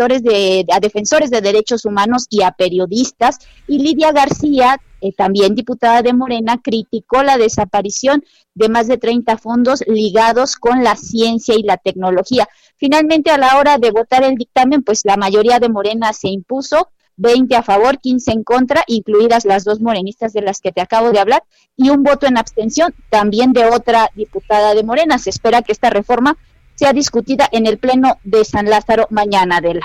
a defensores de derechos humanos y a periodistas. Y Lidia García, también diputada de Morena, criticó la desaparición de más de 30 fondos ligados con la ciencia y la tecnología. Finalmente, a la hora de votar el dictamen, pues la mayoría de Morena se impuso, 20 a favor, 15 en contra, incluidas las dos morenistas de las que te acabo de hablar, y un voto en abstención también de otra diputada de Morena. Se espera que esta reforma sea discutida en el Pleno de San Lázaro mañana, Adela.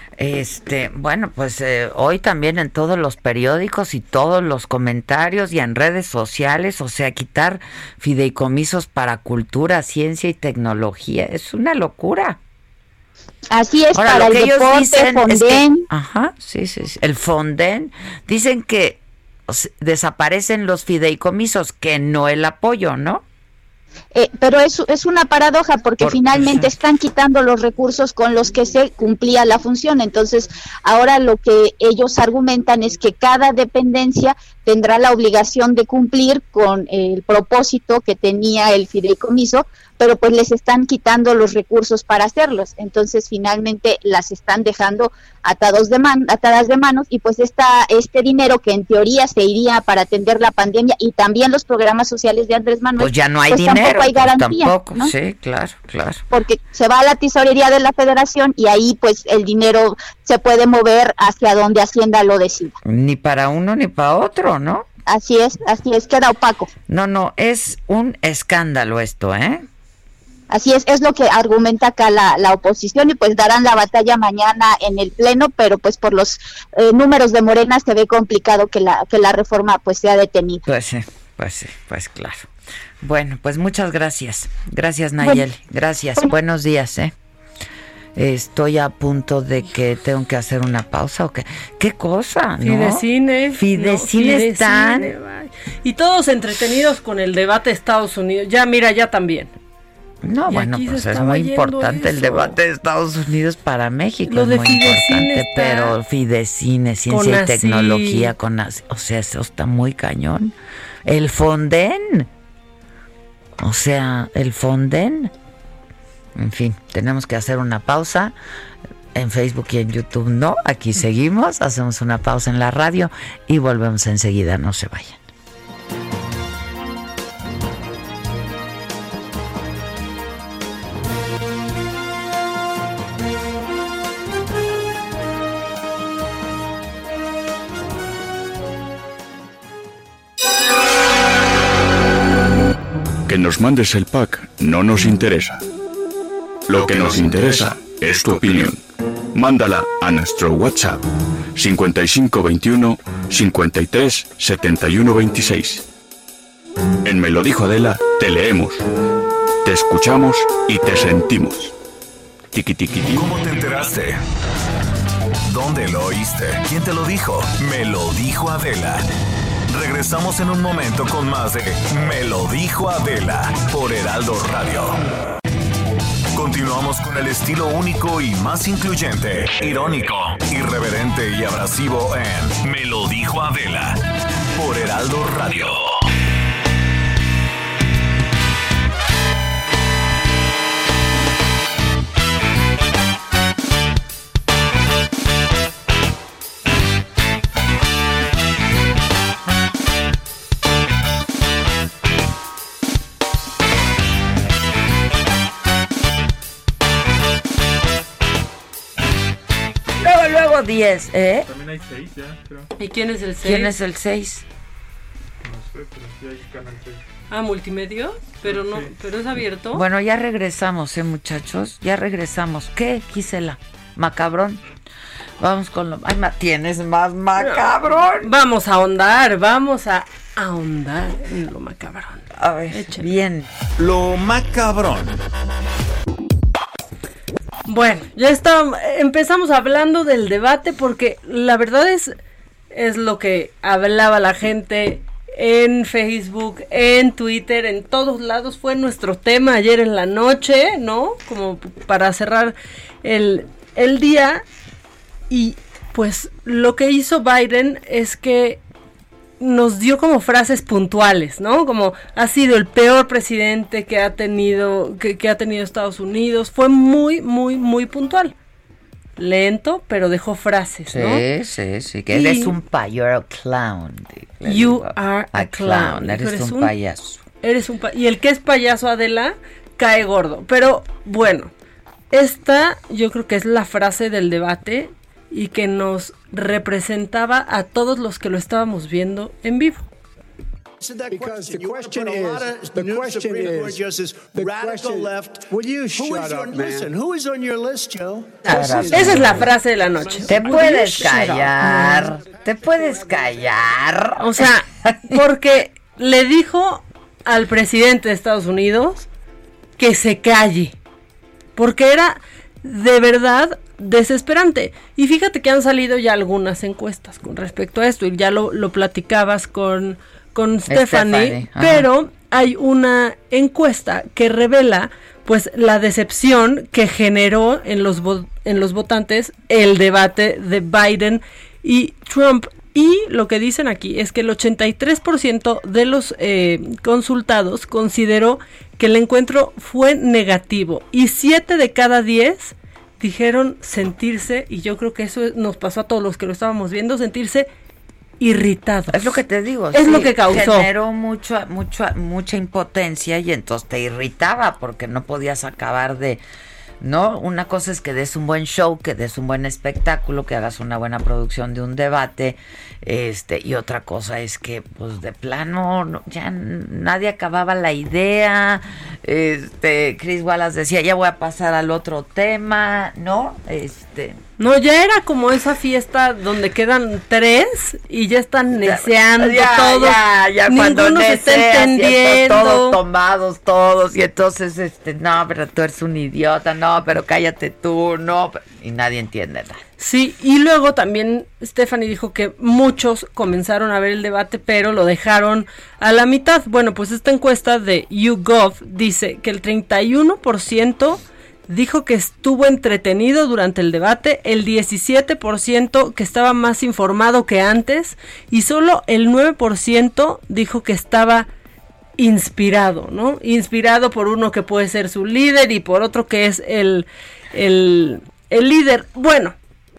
Bueno, pues hoy también en todos los periódicos y todos los comentarios y en redes sociales, o sea, quitar fideicomisos para cultura, ciencia y tecnología, es una locura. Así es. Ahora, para el deporte, Fonden. Sí, el Fonden, dicen que desaparecen los fideicomisos, que no el apoyo, ¿no? Pero es una paradoja porque finalmente están quitando los recursos con los que se cumplía la función. Entonces, ahora lo que ellos argumentan es que cada dependencia tendrá la obligación de cumplir con el propósito que tenía el fideicomiso, pero pues les están quitando los recursos para hacerlos. Entonces, finalmente las están dejando atadas de manos y pues este dinero que en teoría se iría para atender la pandemia y también los programas sociales de Andrés Manuel, pues ya no hay pues dinero, tampoco hay garantía, tampoco, ¿no? Sí, claro. Porque se va a la tesorería de la Federación y ahí pues el dinero se puede mover hacia donde Hacienda lo decida. Ni para uno ni para otro, ¿no? Así es, queda opaco. No, es un escándalo esto, ¿eh? Así es lo que argumenta acá la oposición y pues darán la batalla mañana en el Pleno, pero pues por los números de Morena se ve complicado que la reforma pues sea detenida. Pues claro. Bueno, pues muchas gracias. Gracias, Nayeli. Gracias. Buenos días, Estoy a punto de que tengo que hacer una pausa o qué cosa, ¿no? Fidecine. Fidecine están. Y todos entretenidos con el debate de Estados Unidos. Ya, mira, ya también. No, y bueno, pues es muy importante el debate de Estados Unidos para México. Lo es de muy Fidecine importante, pero Fidecine, ciencia y tecnología, o sea, eso está muy cañón. El Fonden. O sea, el Fonden. En fin, tenemos que hacer una pausa. En Facebook y en YouTube no. Aquí seguimos, hacemos una pausa en la radio y volvemos enseguida. No se vayan. Que nos mandes el pack no nos interesa. Lo que nos interesa es tu opinión. Mándala a nuestro WhatsApp 5521 53 71 26. En Me lo dijo Adela te leemos, te escuchamos y te sentimos. Tiki tiki tiki. ¿Cómo te enteraste? ¿Dónde lo oíste? ¿Quién te lo dijo? Me lo dijo Adela. Regresamos en un momento con más de Me lo dijo Adela por Heraldo Radio. Continuamos con el estilo único y más incluyente, irónico, irreverente y abrasivo en Me lo dijo Adela por Heraldo Radio. Luego 10, ¿eh? También hay 6 ya, creo. ¿Y quién es el 6? ¿Quién es el 6? No sé, pero sí hay Canal 6. Ah, multimedia, pero no, Sí. pero es abierto. Bueno, ya regresamos, muchachos, ya regresamos. ¿Qué, Gisela? Macabrón. Vamos con lo... Ay, tienes más macabrón. Vamos a ahondar en lo macabrón. A ver, échale. Bien. Lo macabrón. Bueno, ya empezamos hablando del debate porque la verdad es lo que hablaba la gente en Facebook, en Twitter, en todos lados. Fue nuestro tema ayer en la noche, ¿no? Como para cerrar el día. Y pues lo que hizo Biden es que nos dio como frases puntuales, ¿no? Como ha sido el peor presidente que ha tenido Estados Unidos. Fue muy, muy, muy puntual. Lento, pero dejó frases, ¿no? Sí, que eres un you're a clown. You are a clown. Eres un payaso. Y el que es payaso, Adela, cae gordo. Pero bueno, esta yo creo que es la frase del debate y que nos representaba a todos los que lo estábamos viendo en vivo. Because the question is, radical left. Will you shut up, man? Listen, who is on your list, Joe? Esa es la frase de la noche. Te puedes callar. O sea, porque le dijo al presidente de Estados Unidos que se calle. Porque era de verdad desesperante. Y fíjate que han salido ya algunas encuestas con respecto a esto. Y ya lo platicabas con Stephanie, pero hay una encuesta que revela pues la decepción que generó en los votantes el debate de Biden y Trump. Y lo que dicen aquí es que el 83% de los consultados consideró que el encuentro fue negativo y 7 de cada 10 dijeron sentirse, y yo creo que eso nos pasó a todos los que lo estábamos viendo, sentirse irritado. Es lo que te digo. Es lo que causó. Generó mucha impotencia y entonces te irritaba porque no podías acabar de... ¿No? Una cosa es que des un buen show, que des un buen espectáculo, que hagas una buena producción de un debate, y otra cosa es que, pues, de plano, ya nadie acababa la idea. Chris Wallace decía, ya voy a pasar al otro tema, ¿no? No, ya era como esa fiesta donde quedan 3 y ya están neceando todos. Ya ninguno se está entendiendo. Todos tomados, todos. Y entonces, no, pero tú eres un idiota. No, pero cállate tú. No, y nadie entiende nada. Sí, y luego también Stephanie dijo que muchos comenzaron a ver el debate, pero lo dejaron a la mitad. Bueno, pues esta encuesta de YouGov dice que el 31% dijo que estuvo entretenido durante el debate, el 17% que estaba más informado que antes y solo el 9% dijo que estaba inspirado, ¿no? Inspirado por uno que puede ser su líder y por otro que es el líder. Bueno,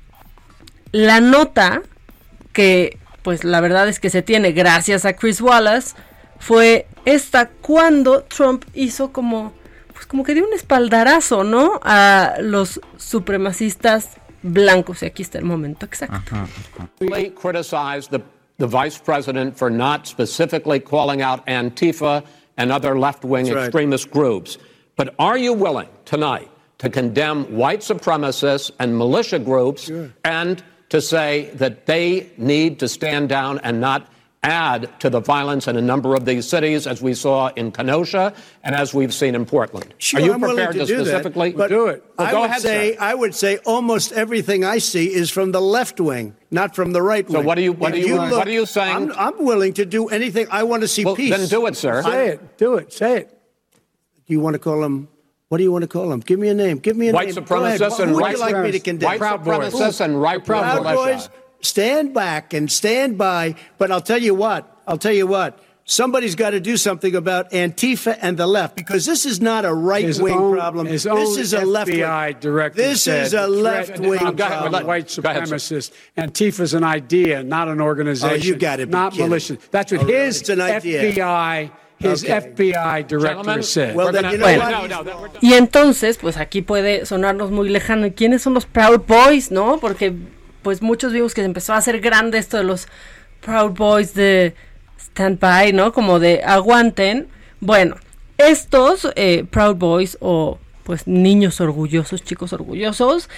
la nota que pues la verdad es que se tiene gracias a Chris Wallace fue esta cuando Trump hizo como que dio un espaldarazo, ¿no? A los supremacistas blancos. Y aquí está el momento exacto. We criticized the vice president for not specifically calling out Antifa and other left-wing extremist groups. But are you willing tonight to condemn white supremacists and militia groups and to say that they need to stand down and not add to the violence in a number of these cities, as we saw in Kenosha and as we've seen in Portland? Sure, are you I'm prepared willing to do specifically that, do it? Well, go ahead, sir. I would say almost everything I see is from the left wing, not from the right wing. So what are you saying? I'm willing to do anything. I want to see peace. Then do it, sir. Say it. Do it. Say it. You want to call them? What do you want to call them? Give me a name. Give me a white name. Supremacists and who white would you like me to condemn? White supremacists and right Proud Boys. Stand back and stand by. But I'll tell you what. Somebody's got to do something about Antifa and the left, because this is not a right-wing problem. This is a left-wing. This is a left-wing problem. White supremacists. Antifa's an idea, not an organization. Oh, you got to be not kidding. Militia. That's what his FBI. His FBI director said. Well, then, you know what? Y entonces, pues aquí puede sonarnos muy lejano. ¿Y quiénes son los Proud Boys, no? Porque pues muchos vimos que empezó a hacer grande esto de los Proud Boys de Stand By, ¿no? Como de aguanten. Bueno, estos Proud Boys o pues niños orgullosos, chicos orgullosos,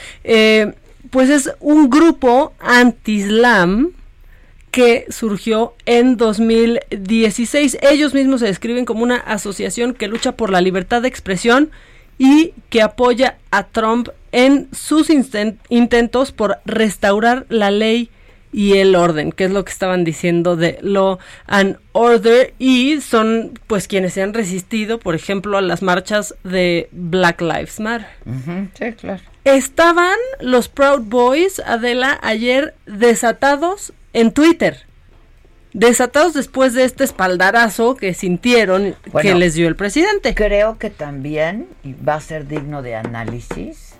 pues es un grupo anti-islam que surgió en 2016. Ellos mismos se describen como una asociación que lucha por la libertad de expresión y que apoya a Trump en sus intentos por restaurar la ley y el orden, que es lo que estaban diciendo de Law and Order, y son pues quienes se han resistido, por ejemplo, a las marchas de Black Lives Matter. Sí, claro. Estaban los Proud Boys, Adela, ayer desatados en Twitter. Desatados después de este espaldarazo que sintieron que les dio el presidente. Creo que también va a ser digno de análisis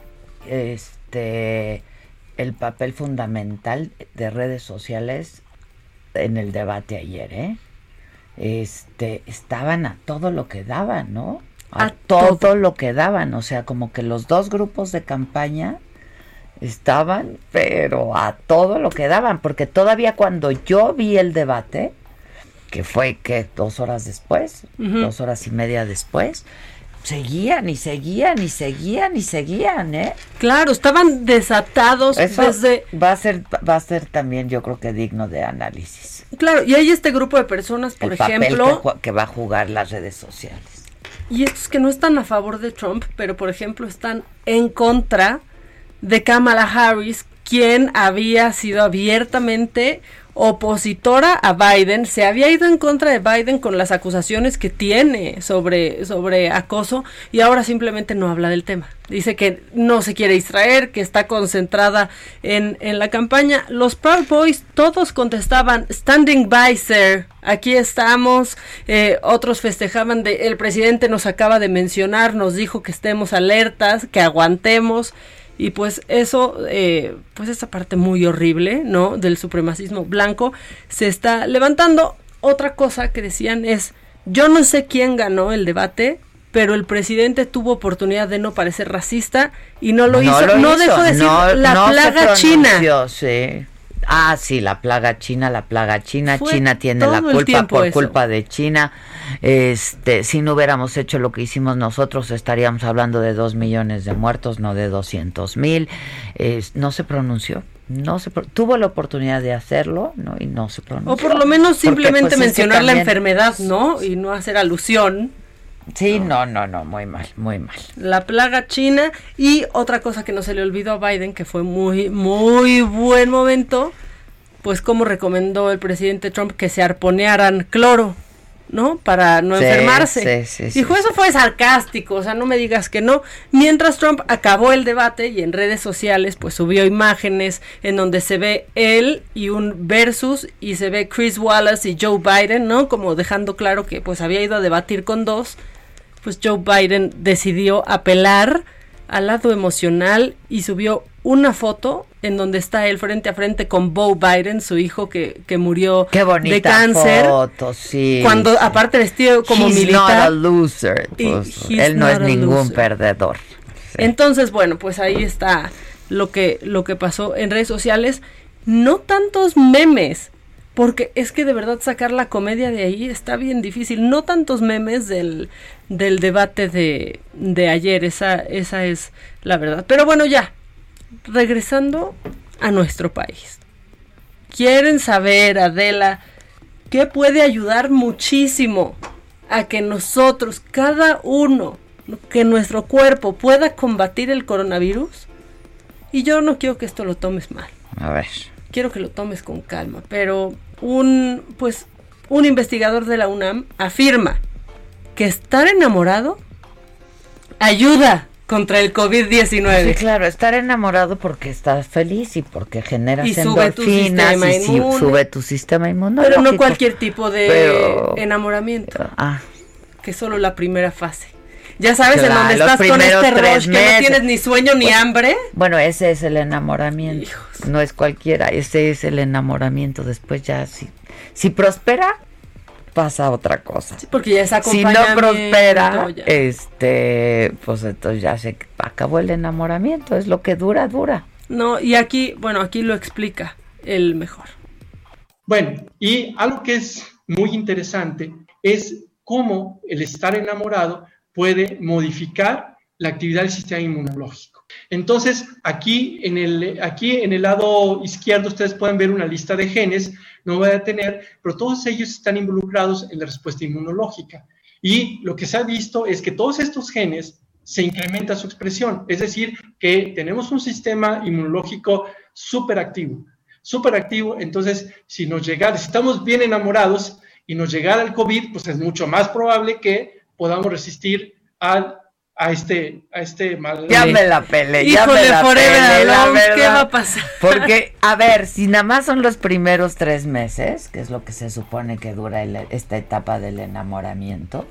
el papel fundamental de redes sociales en el debate ayer, estaban a todo lo que daban, ¿no? A todo lo que daban, o sea, como que los dos grupos de campaña estaban, pero a todo lo que daban, porque todavía cuando yo vi el debate, que fue, 2 horas después, 2 horas y media después, seguían, Claro, estaban desatados. Eso va a ser también, yo creo que digno de análisis. Claro, y hay este grupo de personas, por ejemplo, el papel que va a jugar las redes sociales. Y estos que no están a favor de Trump, pero por ejemplo están en contra de Kamala Harris, quien había sido abiertamente opositora a Biden, se había ido en contra de Biden con las acusaciones que tiene sobre acoso, y ahora simplemente no habla del tema. Dice que no se quiere distraer, que está concentrada en la campaña. Los Proud Boys todos contestaban, standing by, sir, aquí estamos. Otros festejaban de, el presidente nos acaba de mencionar, nos dijo que estemos alertas, que aguantemos. Y pues eso, pues esa parte muy horrible, ¿no?, del supremacismo blanco se está levantando. Otra cosa que decían es, yo no sé quién ganó el debate, pero el presidente tuvo oportunidad de no parecer racista y no lo hizo. No dejó de decir la plaga china. Sí. Ah, sí, la plaga china. Fue China tiene la culpa por culpa de China. Si no hubiéramos hecho lo que hicimos nosotros, estaríamos hablando de 2 millones de muertos, no de 200,000. No se pronunció. Tuvo la oportunidad de hacerlo, ¿no? Y no se pronunció. O por lo menos simplemente porque, pues, mencionar la también, enfermedad, ¿no? Y no hacer alusión. Sí, no, muy mal. La plaga china. Y otra cosa que no se le olvidó a Biden, que fue muy, muy buen momento, pues como recomendó el presidente Trump que se arponearan cloro, ¿no? Para no enfermarse. Sí, Dijo, eso fue sarcástico, o sea, no me digas que no. Mientras Trump acabó el debate y en redes sociales pues subió imágenes en donde se ve él y un versus y se ve Chris Wallace y Joe Biden, ¿no? Como dejando claro que pues había ido a debatir con dos. Pues Joe Biden decidió apelar al lado emocional y subió una foto en donde está él frente a frente con Beau Biden, su hijo que murió de cáncer. Foto, sí. Cuando aparte vestido como He's militar. Not a loser. Pues, él no es ningún perdedor. Sí. Entonces, bueno, pues ahí está lo que pasó en redes sociales. No tantos memes, porque es que de verdad sacar la comedia de ahí está bien difícil. No tantos memes del debate de ayer, esa es la verdad. Pero bueno, ya, regresando a nuestro país. ¿Quieren saber, Adela, qué puede ayudar muchísimo a que nosotros, cada uno, que nuestro cuerpo pueda combatir el coronavirus? Y yo no quiero que esto lo tomes mal. A ver. Quiero que lo tomes con calma, pero un investigador de la UNAM afirma que estar enamorado ayuda contra el COVID-19. Sí, claro, estar enamorado porque estás feliz y porque generas y sube tu sistema inmune. Sube tu sistema inmune. Pero no cualquier tipo de enamoramiento. Que solo la primera fase. Ya sabes, en donde estás con este rush que no tienes ni sueño ni hambre. Bueno, ese es el enamoramiento. Hijos. No es cualquiera, ese es el enamoramiento. Después ya, si prospera, pasa otra cosa. Sí, porque ya es acompañamiento. Si no prospera, pues entonces ya se acabó el enamoramiento. Es lo que dura. No, y aquí lo explica el mejor. Bueno, y algo que es muy interesante es cómo el estar enamorado puede modificar la actividad del sistema inmunológico. Entonces, aquí en el lado izquierdo ustedes pueden ver una lista de genes, no voy a detener, pero todos ellos están involucrados en la respuesta inmunológica. Y lo que se ha visto es que todos estos genes se incrementa su expresión, es decir, que tenemos un sistema inmunológico súper activo, entonces si estamos bien enamorados y nos llegara el COVID, pues es mucho más probable que podamos resistir a este mal. Ya me la pelé, Híjole, ¿qué va a pasar? Porque, a ver, si nada más son los primeros 3 meses, que es lo que se supone que dura esta etapa del enamoramiento,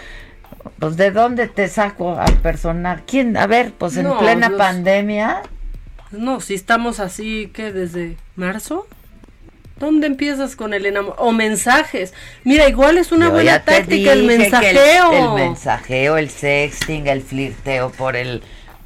pues ¿de dónde te saco al personal? ¿Quién? A ver, pues en plena pandemia. No, si estamos así, ¿qué? ¿Desde marzo? ¿Dónde empiezas con el enamoramiento? O mensajes. Mira, igual es una buena táctica el mensajeo. El mensajeo, el sexting, el flirteo por el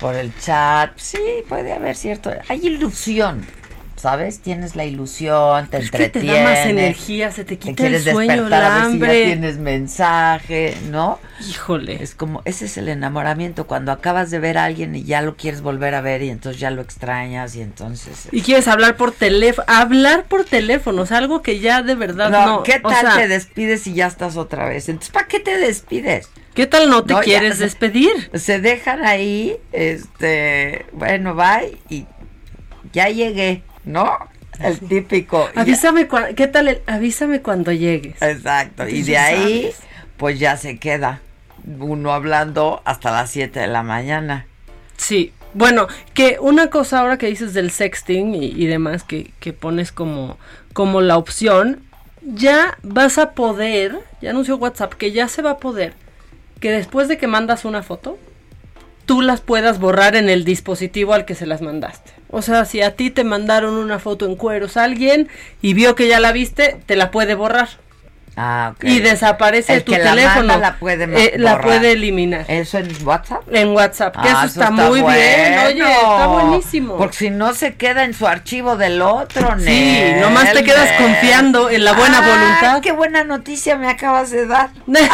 chat. Sí, puede haber cierto. Hay ilusión, ¿sabes? Tienes la ilusión, te entretiene. Que te da más energía, se te quita el sueño, el hambre. Si ya tienes mensaje, ¿no? Híjole. Es como, ese es el enamoramiento, cuando acabas de ver a alguien y ya lo quieres volver a ver y entonces ya lo extrañas y entonces... Y quieres hablar por teléfono, o sea, algo que ya de verdad no. ¿Qué tal te despides y ya estás otra vez? Entonces, ¿para qué te despides? ¿Qué tal no te quieres despedir? Se dejan ahí, bueno, bye, y ya llegué, ¿no? El típico. Avísame, ¿qué tal avísame cuando llegues? Exacto, entonces, y de ahí, pues ya se queda uno hablando hasta las 7 de la mañana. Sí, bueno, que una cosa ahora que dices del sexting y demás, que pones como la opción, ya vas a poder, ya anunció WhatsApp que ya se va a poder, que después de que mandas una foto, tú las puedas borrar en el dispositivo al que se las mandaste. O sea, si a ti te mandaron una foto en cueros a alguien y vio que ya la viste, te la puede borrar. Ah, ok. Y desaparece tu teléfono. La puede la puede eliminar. ¿Eso en WhatsApp? En WhatsApp, que eso está muy bueno. bien, oye, está buenísimo. Porque si no se queda en su archivo del otro, Sí, nomás te quedas confiando en la buena voluntad. Qué buena noticia me acabas de dar.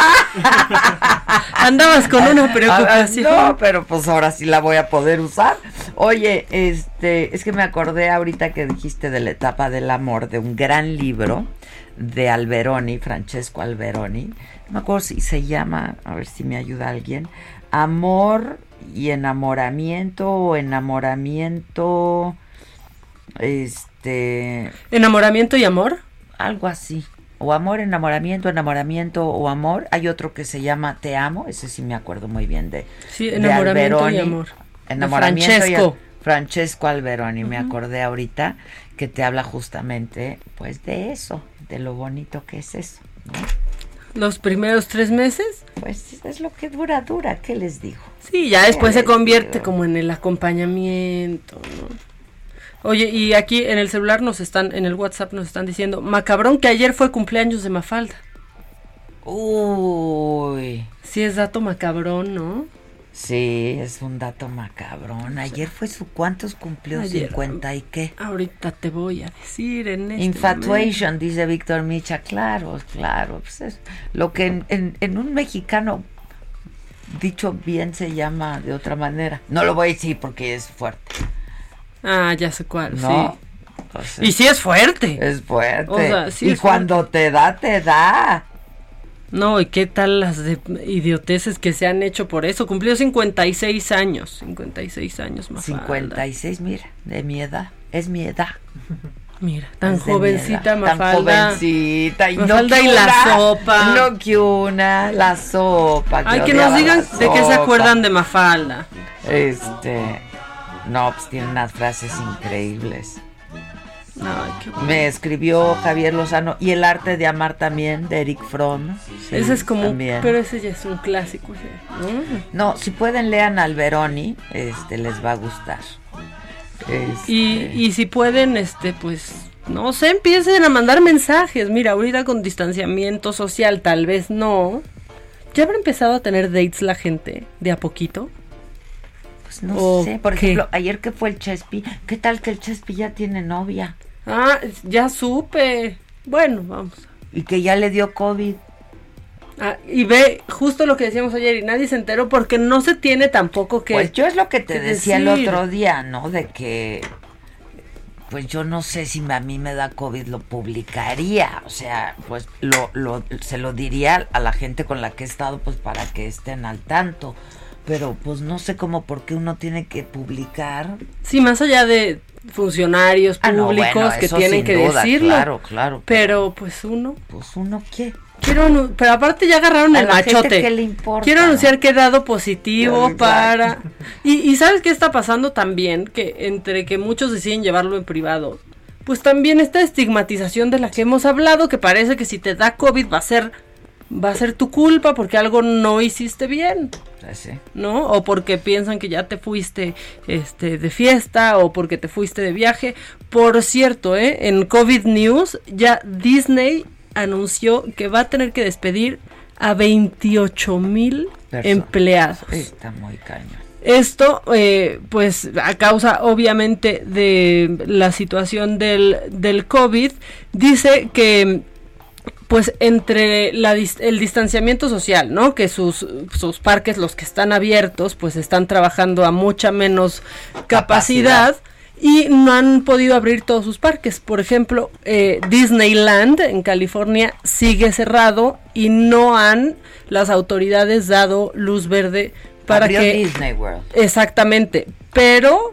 Andabas con una preocupación. No, pero pues ahora sí la voy a poder usar. Oye, es que me acordé ahorita que dijiste de la etapa del amor, de un gran libro de Alberoni, Francesco Alberoni, no me acuerdo si se llama, a ver si me ayuda alguien, Amor y Enamoramiento, o Enamoramiento, ¿Enamoramiento y amor? Algo así, o Amor, Enamoramiento, o Amor. Hay otro que se llama Te Amo, ese sí me acuerdo muy bien de Enamoramiento Alberoni, y amor. Enamoramiento Francesco Alberoni, me acordé ahorita que te habla justamente pues de eso, de lo bonito que es eso, ¿no? ¿Los primeros 3 meses? Pues es lo que dura, ¿qué les digo? Sí, ya después se convierte como en el acompañamiento, ¿no? Oye, y aquí en el celular en el WhatsApp nos están diciendo, macabrón, que ayer fue cumpleaños de Mafalda. Uy. Sí, es dato macabrón, ¿no? Sí, es un dato macabrón. Ayer fue ¿cuántos cumplió? Ayer, 50 y qué. Ahorita te voy a decir en este Infatuation, momento. dice Víctor Micha. Claro. Pues es lo que en un mexicano dicho bien se llama de otra manera. No lo voy a decir porque es fuerte. Ah, ya sé cuál, ¿no? Sí. Entonces, y sí es fuerte. Es fuerte. O sea, sí, y cuando fuerte. te da. No, ¿y qué tal las idioteces que se han hecho por eso? Cumplió 56 años. 56 años más. 56, mira, de mi edad. Es mi edad. Mira, tan jovencita Mafalda. Tan jovencita. Y Mafalda no y la sopa. No que una, la sopa. Ay, que nos digan de qué se acuerdan de Mafalda. No, pues tiene unas frases increíbles. Ay, qué bueno. Me escribió Javier Lozano. Y El arte de amar también, de Eric Fromm. Sí, ese es como, también. Pero ese ya es un clásico. No, si pueden lean Alberoni, les va a gustar. Y si pueden, pues, no sé, empiecen a mandar mensajes. Mira, ahorita con distanciamiento social, tal vez no. ¿Ya habrá empezado a tener dates la gente de a poquito? No sé, por ejemplo, ayer que fue el Chespi, ¿qué tal que el Chespi ya tiene novia? Ah, ya supe. Bueno, vamos. Y que ya le dio COVID. Ah, y ve justo lo que decíamos ayer y nadie se enteró porque no se tiene tampoco que... Pues yo es lo que te decía decir. El otro día, ¿no? De que, pues yo no sé si a mí me da COVID, lo publicaría. O sea, pues se lo diría a la gente con la que he estado, pues para que estén al tanto. Pero pues no sé cómo por qué uno tiene que publicar. Sí, más allá de funcionarios públicos que tienen que decirlo. Claro. Pero pues uno. Pues uno qué. Pero aparte ya agarraron el machote. ¿Qué le importa? Quiero anunciar que he dado positivo para... Y ¿sabes qué está pasando también? Que entre que muchos deciden llevarlo en privado, pues también esta estigmatización de la que hemos hablado, que parece que si te da COVID va a ser tu culpa porque algo no hiciste bien. Sí. ¿No? O porque piensan que ya te fuiste de fiesta o porque te fuiste de viaje. Por cierto, en COVID News ya Disney anunció que va a tener que despedir a 28,000 empleados. Está muy cañón. Esto, pues, a causa, obviamente, de la situación del COVID, dice que, pues, entre el distanciamiento social, ¿no? Que sus parques, los que están abiertos, pues, están trabajando a mucha menos capacidad. Y no han podido abrir todos sus parques. Por ejemplo, Disneyland en California sigue cerrado y no han las autoridades dado luz verde para Abrió que... Disney World. Exactamente, pero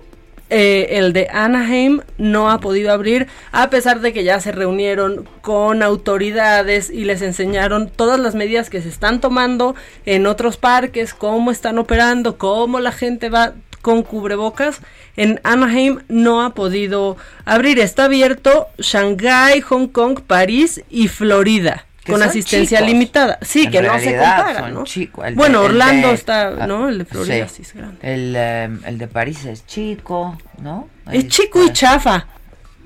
el de Anaheim no ha podido abrir, a pesar de que ya se reunieron con autoridades y les enseñaron todas las medidas que se están tomando en otros parques, cómo están operando, cómo la gente va con cubrebocas. En Anaheim no ha podido abrir. Está abierto Shanghái, Hong Kong, París y Florida, con asistencia chicos. Limitada. Sí, en que no se compara, ¿no? Bueno, Orlando está, ¿no? El de Florida sí es grande. El de París es chico, ¿no? Es chico y chafa.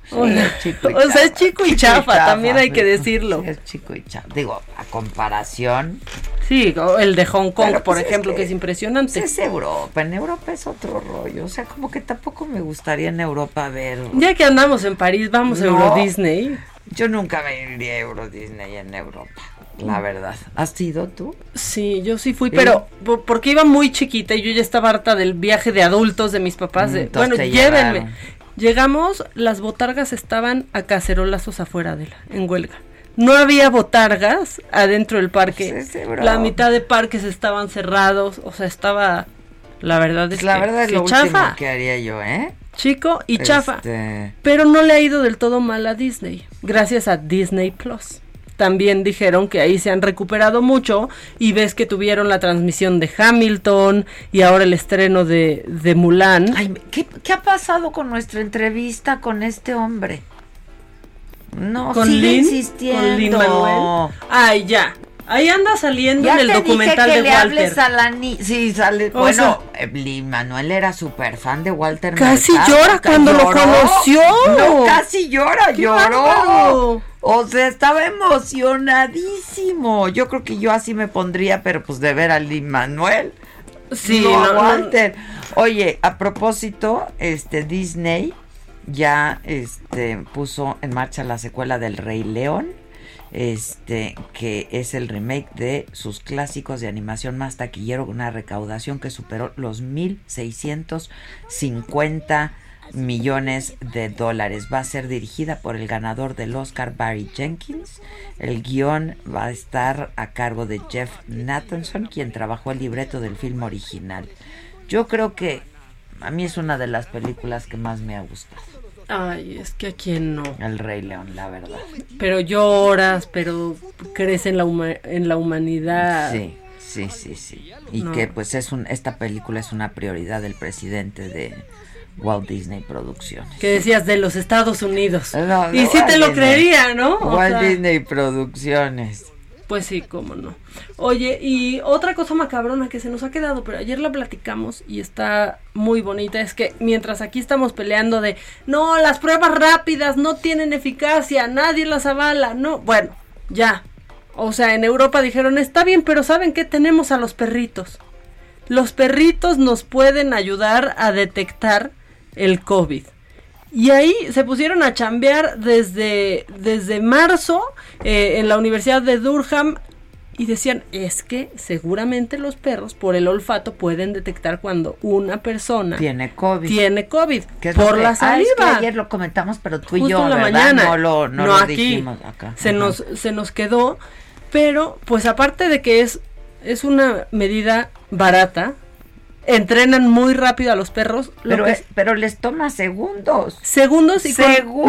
Sí, es chico y o sea, chafa. es chico y chafa, también hay que decirlo. Sí, es chico y chafa. Digo, a comparación. Sí, el de Hong Kong, Pero, por pues, ejemplo, que es impresionante. Es Europa, en Europa es otro rollo. O sea, como que tampoco me gustaría en Europa ver. Ya que andamos en París, vamos a Euro Disney. Yo nunca me iría a Euro Disney en Europa, la verdad. ¿Has ido tú? Sí, yo sí fui, pero porque iba muy chiquita y yo ya estaba harta del viaje de adultos de mis papás. Bueno, llévenme. Llegamos, las botargas estaban a cacerolazos afuera en huelga. No había botargas adentro del parque. Sí, la mitad de parques estaban cerrados, o sea, estaba, la verdad es la que verdad es lo chafa. último que haría yo, Chico y chafa. Pero no le ha ido del todo mal a Disney, gracias a Disney Plus. También dijeron que ahí se han recuperado mucho y ves que tuvieron la transmisión de Hamilton y ahora el estreno de Mulan. Ay, ¿qué ha pasado con nuestra entrevista con este hombre? No, ¿Con sigue Lin? insistiendo. ¿Con Lin-Manuel? Ay, ya. Ahí anda saliendo Ya en el documental dije que de le Walter. Hables a la sí, sale. O Bueno, Lin-Manuel era súper fan de Walter Casi Mercado. llora cuando lo conoció. No, casi llora, ¡Qué lloró. bárbaro! O sea, estaba emocionadísimo. Yo creo que yo así me pondría, pero pues de ver a Lin-Manuel. Sí, no a no, Walter. Oye, a propósito, Disney ya puso en marcha la secuela del Rey León, que es el remake de sus clásicos de animación más taquillero, con una recaudación que superó los 1,650 millones de dólares. Va a ser dirigida por el ganador del Oscar, Barry Jenkins. El guión va a estar a cargo de Jeff Nathanson, quien trabajó el libreto del film original. Yo creo que a mí es una de las películas que más me ha gustado. Ay, es que a quién no. El Rey León, la verdad. Pero lloras, pero crees en la humanidad. Sí. Y no. Que pues esta película es una prioridad del presidente de Walt Disney Producciones. Que decías de los Estados Unidos. No, y sí te lo creería, ¿no? Walt Disney Producciones. Pues sí, cómo no. Oye, y otra cosa macabrona que se nos ha quedado, pero ayer la platicamos y está muy bonita, es que mientras aquí estamos peleando de, no, las pruebas rápidas no tienen eficacia, nadie las avala, no, bueno, ya. O sea, en Europa dijeron, está bien, pero ¿saben qué? Tenemos a los perritos. Los perritos nos pueden ayudar a detectar el COVID. Y ahí se pusieron a chambear desde marzo en la Universidad de Durham y decían, es que seguramente los perros por el olfato pueden detectar cuando una persona tiene COVID. Que es por la saliva. Es que ayer lo comentamos, pero tú justo y yo, en la ¿verdad? mañana. No lo aquí dijimos acá. Se nos quedó, pero pues aparte de que es una medida barata, entrenan muy rápido a los perros. Pero les toma segundos. Segundos y con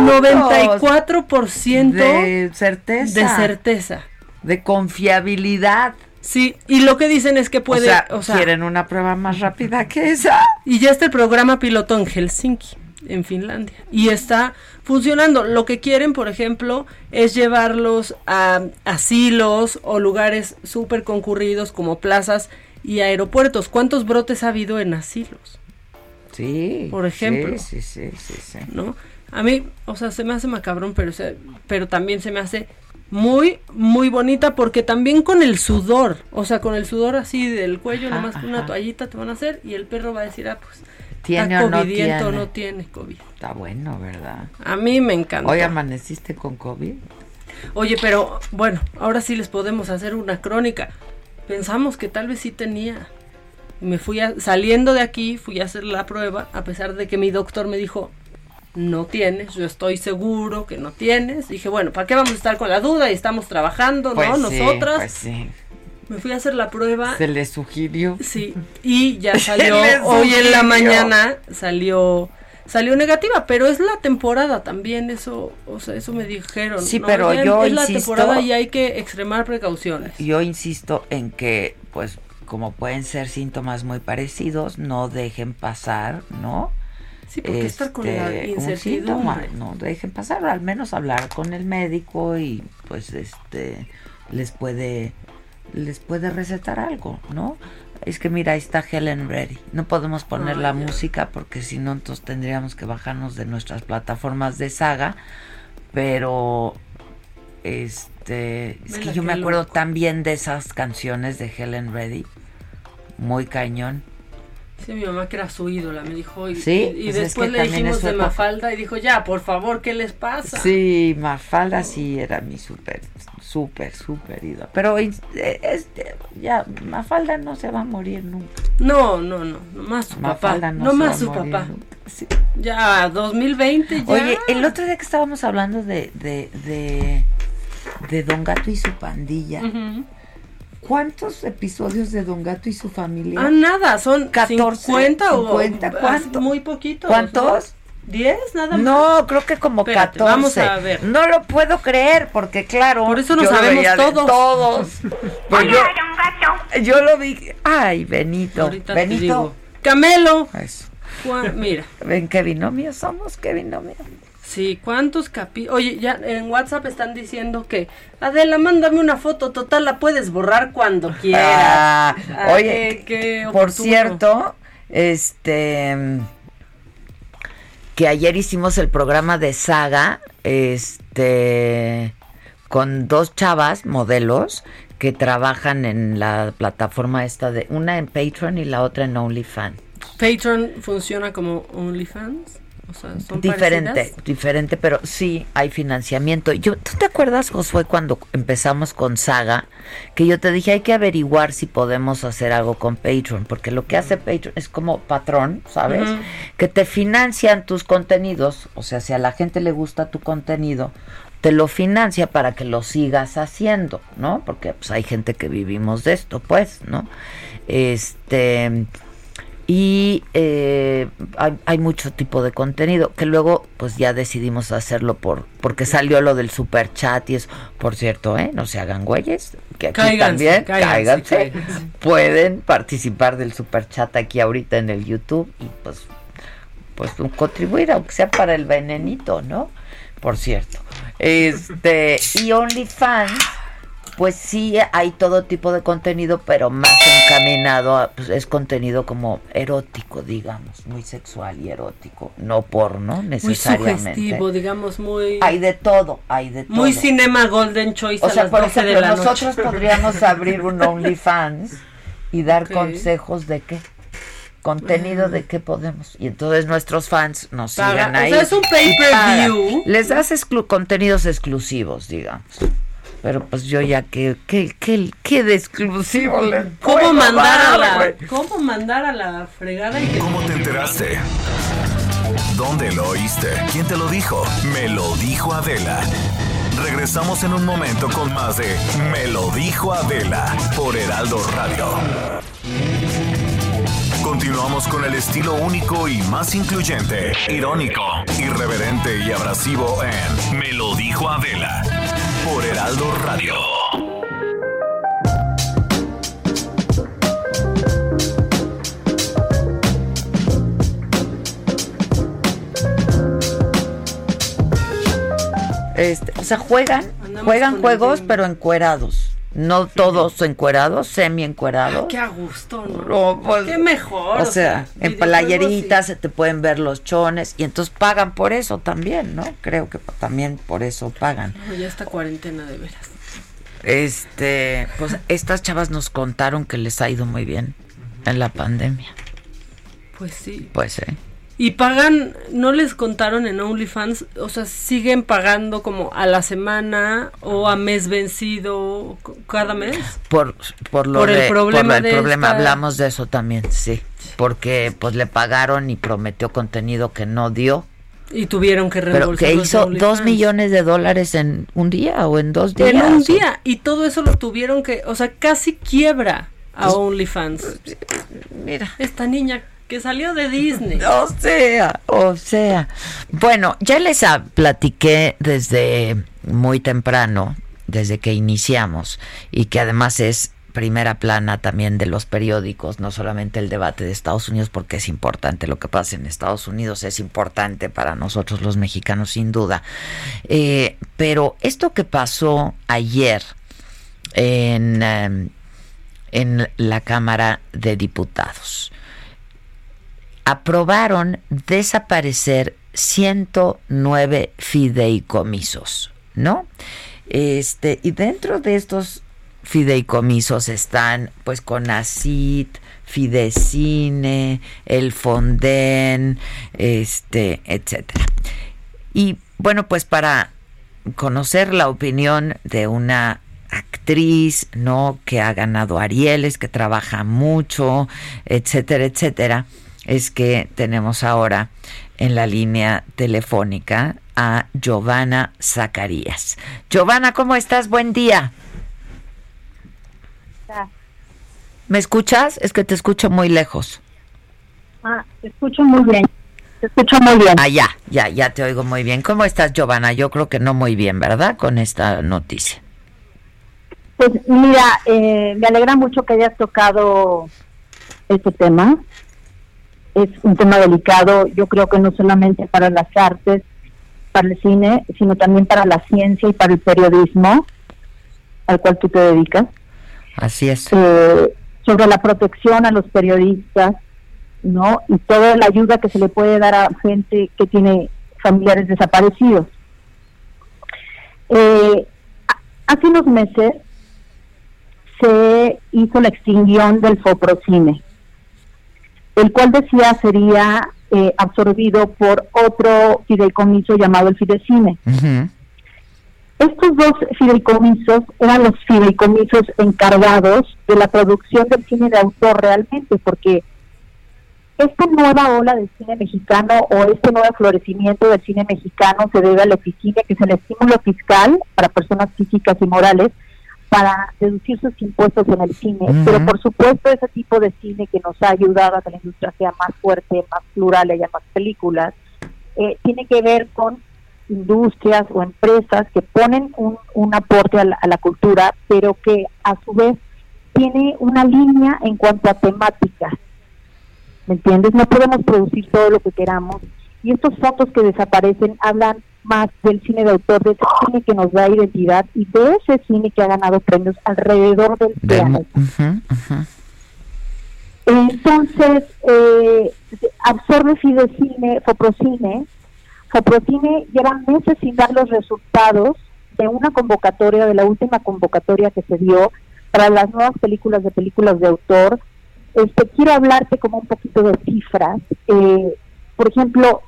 94% de certeza. De confiabilidad. Sí, y lo que dicen es que puede... O sea, quieren una prueba más rápida que esa. Y ya está el programa piloto en Helsinki, en Finlandia. Y está funcionando. Lo que quieren, por ejemplo, es llevarlos a asilos o lugares súper concurridos como plazas y aeropuertos. ¿Cuántos brotes ha habido en asilos? Sí. Por ejemplo. Sí. ¿No? A mí, o sea, se me hace macabrón, pero también se me hace muy, muy bonita porque también con el sudor, o sea, con el sudor así del cuello, nomás una toallita te van a hacer y el perro va a decir, pues, ¿tiene o no tiene? No tiene COVID. Está bueno, ¿verdad? A mí me encanta. ¿Hoy amaneciste con COVID? Oye, pero, bueno, ahora sí les podemos hacer una crónica. Pensamos que tal vez sí tenía. Me saliendo de aquí, fui a hacer la prueba, a pesar de que mi doctor me dijo, no tienes, yo estoy seguro que no tienes. Dije, bueno, ¿para qué vamos a estar con la duda? Y estamos trabajando, pues ¿no? Sí, nosotras. Pues sí. Me fui a hacer la prueba. ¿Se le sugirió? Sí, y ya salió, hoy en la mañana salió negativa, pero es la temporada también, eso, o sea, eso me dijeron. Sí, ¿no? pero yo es insisto, la temporada y hay que extremar precauciones. Yo insisto en que, pues, como pueden ser síntomas muy parecidos, no dejen pasar, ¿no? Sí, porque estar con la incertidumbre. No dejen pasar, al menos hablar con el médico y, pues, les puede recetar algo, ¿no? Es que mira, ahí está Helen Reddy. No podemos poner la música porque si no, entonces tendríamos que bajarnos de nuestras plataformas de Saga. Pero, es que yo me acuerdo tan bien de esas canciones de Helen Reddy. Muy cañón. Sí, mi mamá que era su ídola, me dijo. Y pues después le dijimos de Mafalda y dijo, ya, por favor, ¿qué les pasa? Sí, Mafalda sí era mi súper ídola. Pero ya, Mafalda no se va a morir nunca. No, más su Mafalda papá. No más su papá. Sí. Ya, 2020 ya. Oye, el otro día que estábamos hablando de Don Gato y su pandilla. Uh-huh. ¿Cuántos episodios de Don Gato y su familia? Nada, son 14, 50 o 50. ¿Cuántos? Muy poquitos. ¿Cuántos? ¿No? ¿10? Nada más. No, creo que como 14. Vamos a ver. No lo puedo creer, porque claro. Por eso no sabemos todos. Pues yo lo vi. Ay, Benito. Ahorita Benito. Camelo. Eso. Mira. Ven, qué binomio somos, qué binomio. Sí, ¿cuántos Oye, ya en WhatsApp están diciendo que Adela, mándame una foto, total, la puedes borrar cuando quieras. Oye, qué por cierto, que ayer hicimos el programa de Saga, con 2 chavas, modelos, que trabajan en la plataforma esta de, una en Patreon y la otra en OnlyFans. ¿Patreon funciona como OnlyFans? O sea, ¿son diferente, pero sí hay financiamiento. ¿Tú te acuerdas, Josué, cuando empezamos con Saga, que yo te dije hay que averiguar si podemos hacer algo con Patreon? Porque lo que hace Patreon es como patrón, ¿sabes? Uh-huh. Que te financian tus contenidos, o sea, si a la gente le gusta tu contenido, te lo financia para que lo sigas haciendo, ¿no? Porque pues hay gente que vivimos de esto, pues, ¿no? Y hay mucho tipo de contenido que luego pues ya decidimos hacerlo porque salió lo del super chat y eso. Por cierto, no se hagan güeyes, que aquí cáiganse. Pueden participar del super chat aquí ahorita en el YouTube y pues contribuir aunque sea para el venenito, ¿no? Por cierto. Y OnlyFans, pues sí hay todo tipo de contenido, pero más encaminado a, pues es contenido como erótico, digamos, muy sexual y erótico, no porno necesariamente. Muy sugestivo, digamos, muy... Hay de todo. Muy Cinema Golden Choice o sea, a las 12 de la noche. Nosotros podríamos abrir un OnlyFans y dar consejos de qué. Contenido de qué podemos. Y entonces nuestros fans nos sigan ahí. O sea, es un pay-per-view. Les das contenidos exclusivos, digamos. Pero pues yo ya ¿qué de exclusivo les ¿Cómo mandar a la fregada? ¿Cómo te enteraste? ¿Dónde lo oíste? ¿Quién te lo dijo? Me lo dijo Adela. Regresamos en un momento con más de Me lo dijo Adela por Heraldo Radio. Continuamos con el estilo único y más incluyente, irónico, irreverente y abrasivo en Me lo dijo Adela por Heraldo Radio. O sea, juegan juegos, pero encuerados. No todos encuerados, semi-encuerados. Qué a gusto, ¿no? Pues, qué mejor. O sea, en playeritas se te pueden ver los chones y entonces pagan por eso también, ¿no? Creo que también por eso pagan. No, ya esta cuarentena de veras. Pues estas chavas nos contaron que les ha ido muy bien en la pandemia. Pues sí. Pues Y pagan, no les contaron en OnlyFans, o sea, siguen pagando como a la semana o a mes vencido, cada mes. Por el problema, hablamos de eso también, sí, porque pues le pagaron y prometió contenido que no dio. Y tuvieron que reembolsar. Pero que hizo $2 millones en un día o en 2 días. En un día, y todo eso lo tuvieron que, o sea, casi quiebra a OnlyFans. Mira, esta niña que salió de Disney. O sea. Bueno, ya les platiqué desde muy temprano, desde que iniciamos, y que además es primera plana también de los periódicos, no solamente el debate de Estados Unidos, porque es importante lo que pasa en Estados Unidos, es importante para nosotros los mexicanos sin duda. Pero esto que pasó ayer en en la Cámara de Diputados. Aprobaron desaparecer 109 fideicomisos, ¿no? Y dentro de estos fideicomisos están, pues, CONACYT, Fidecine, el Fonden, etcétera. Y bueno, pues para conocer la opinión de una actriz, ¿no?, que ha ganado Arieles, que trabaja mucho, etcétera, etcétera, es que tenemos ahora en la línea telefónica a Giovanna Zacarías. Giovanna, ¿cómo estás? Buen día. ¿Me escuchas? Es que te escucho muy lejos. Te escucho muy bien. Te escucho muy bien. Ya te oigo muy bien. ¿Cómo estás, Giovanna? Yo creo que no muy bien, ¿verdad?, con esta noticia. Pues mira, me alegra mucho que hayas tocado este tema. Es un tema delicado, yo creo que no solamente para las artes, para el cine, sino también para la ciencia y para el periodismo, al cual tú te dedicas. Así es. Sobre la protección a los periodistas, ¿no? Y toda la ayuda que se le puede dar a gente que tiene familiares desaparecidos. Hace unos meses se hizo la extinción del FOPROCINE, el cual decía sería absorbido por otro fideicomiso llamado el Fidecine. Uh-huh. Estos dos fideicomisos eran los fideicomisos encargados de la producción del cine de autor realmente, porque esta nueva ola del cine mexicano o este nuevo florecimiento del cine mexicano se debe a la eficiencia, que es el estímulo fiscal para personas físicas y morales para deducir sus impuestos en el cine. Uh-huh. Pero por supuesto ese tipo de cine que nos ha ayudado a que la industria sea más fuerte, más plural, haya más películas, tiene que ver con industrias o empresas que ponen un aporte a la cultura, pero que a su vez tiene una línea en cuanto a temática. ¿Me entiendes? No podemos producir todo lo que queramos. Y estos fondos que desaparecen hablan más del cine de autor, de ese cine que nos da identidad y de ese cine que ha ganado premios alrededor del planeta. Uh-huh, uh-huh. Entonces, absorbe Fidecine, FOPROCINE. FOPROCINE lleva meses sin dar los resultados de una convocatoria, de la última convocatoria que se dio para las nuevas películas de autor. Quiero hablarte como un poquito de cifras. Por ejemplo,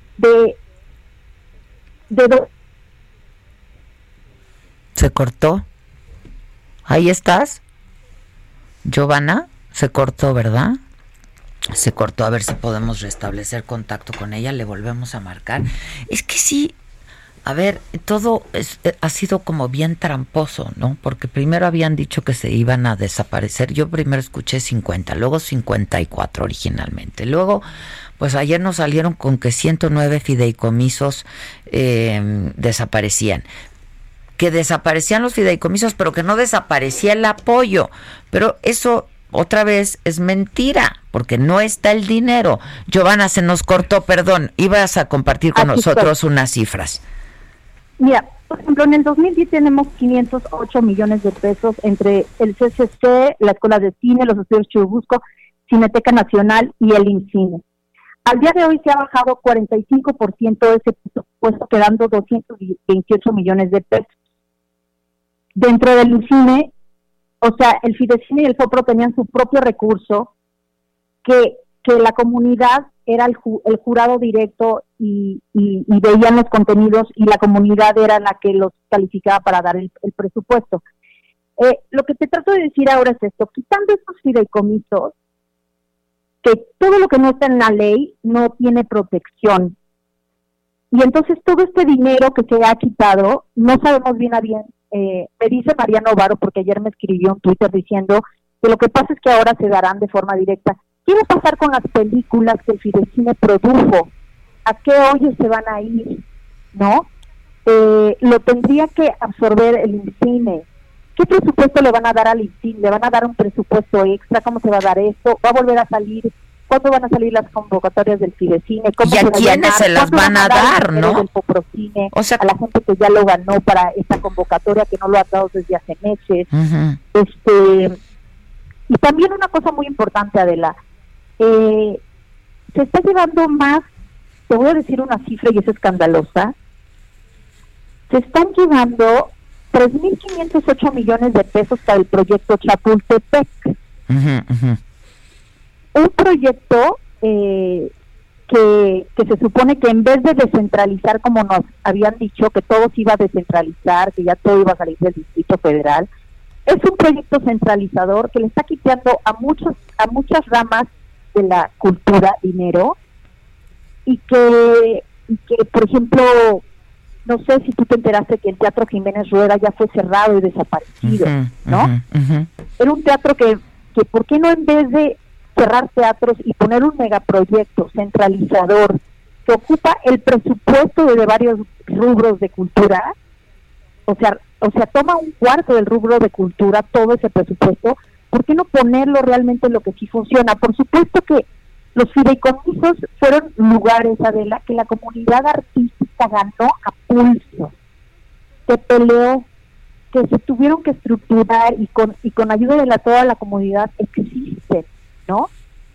¿Se cortó? ¿Ahí estás? Giovanna, se cortó, ¿verdad? Se cortó, a ver si podemos restablecer contacto con ella, le volvemos a marcar. Es que sí, a ver, todo ha sido como bien tramposo, ¿no? Porque primero habían dicho que se iban a desaparecer. Yo primero escuché 50, luego 54 originalmente. Luego, pues ayer nos salieron con que 109 fideicomisos desaparecían. Que desaparecían los fideicomisos, pero que no desaparecía el apoyo. Pero eso otra vez es mentira, porque no está el dinero. Giovanna, se nos cortó, perdón. Ibas a compartir con nosotros unas cifras. Mira, por ejemplo, en el 2010 tenemos 508 millones de pesos entre el CCC, la Escuela de Cine, los Estudios Churubusco, Cineteca Nacional y el INCINE. Al día de hoy se ha bajado 45% de ese presupuesto, quedando 228 millones de pesos. Dentro del INCINE, o sea, el Fidecine y el FOPRO tenían su propio recurso, que la comunidad era el jurado directo y veían los contenidos, y la comunidad era la que los calificaba para dar el presupuesto. Lo que te trato de decir ahora es esto: quitando estos fideicomisos, que todo lo que no está en la ley no tiene protección. Y entonces todo este dinero que se ha quitado, no sabemos bien a bien. Me dice Mariano Varo, porque ayer me escribió en Twitter diciendo que lo que pasa es que ahora se darán de forma directa. ¿Qué va a pasar con las películas que el Fidecine produjo? ¿A qué hoyos se van a ir? ¿No? Lo tendría que absorber el INCINE. ¿Qué presupuesto le van a dar al INCINE? ¿Le van a dar un presupuesto extra? ¿Cómo se va a dar esto? ¿Va a volver a salir? ¿Cuándo van a salir las convocatorias del Fidecine? ¿Y a quiénes se las van a dar, no? Del FOPROCINE, o sea, a la gente que ya lo ganó para esta convocatoria, que no lo ha dado desde hace meses. Uh-huh. Y también una cosa muy importante, Adela, se está llevando más, te voy a decir una cifra y es escandalosa, se están llevando 3.508 millones de pesos para el proyecto Chapultepec. Un proyecto que se supone que en vez de descentralizar, como nos habían dicho, que todo se iba a descentralizar, que ya todo iba a salir del Distrito Federal, es un proyecto centralizador que le está quitando a muchas ramas de la cultura dinero y que por ejemplo, no sé si tú te enteraste que el Teatro Jiménez Rueda ya fue cerrado y desaparecido, ¿no? Era un teatro que ¿por qué no en vez de cerrar teatros y poner un megaproyecto centralizador que ocupa el presupuesto de varios rubros de cultura, o sea, toma un cuarto del rubro de cultura, todo ese presupuesto, ¿por qué no ponerlo realmente en lo que sí funciona? Por supuesto que los fideicomisos fueron lugares, Adela, que la comunidad artística ganó a pulso, que peleó, que se tuvieron que estructurar y con ayuda de toda la comunidad existen, ¿no?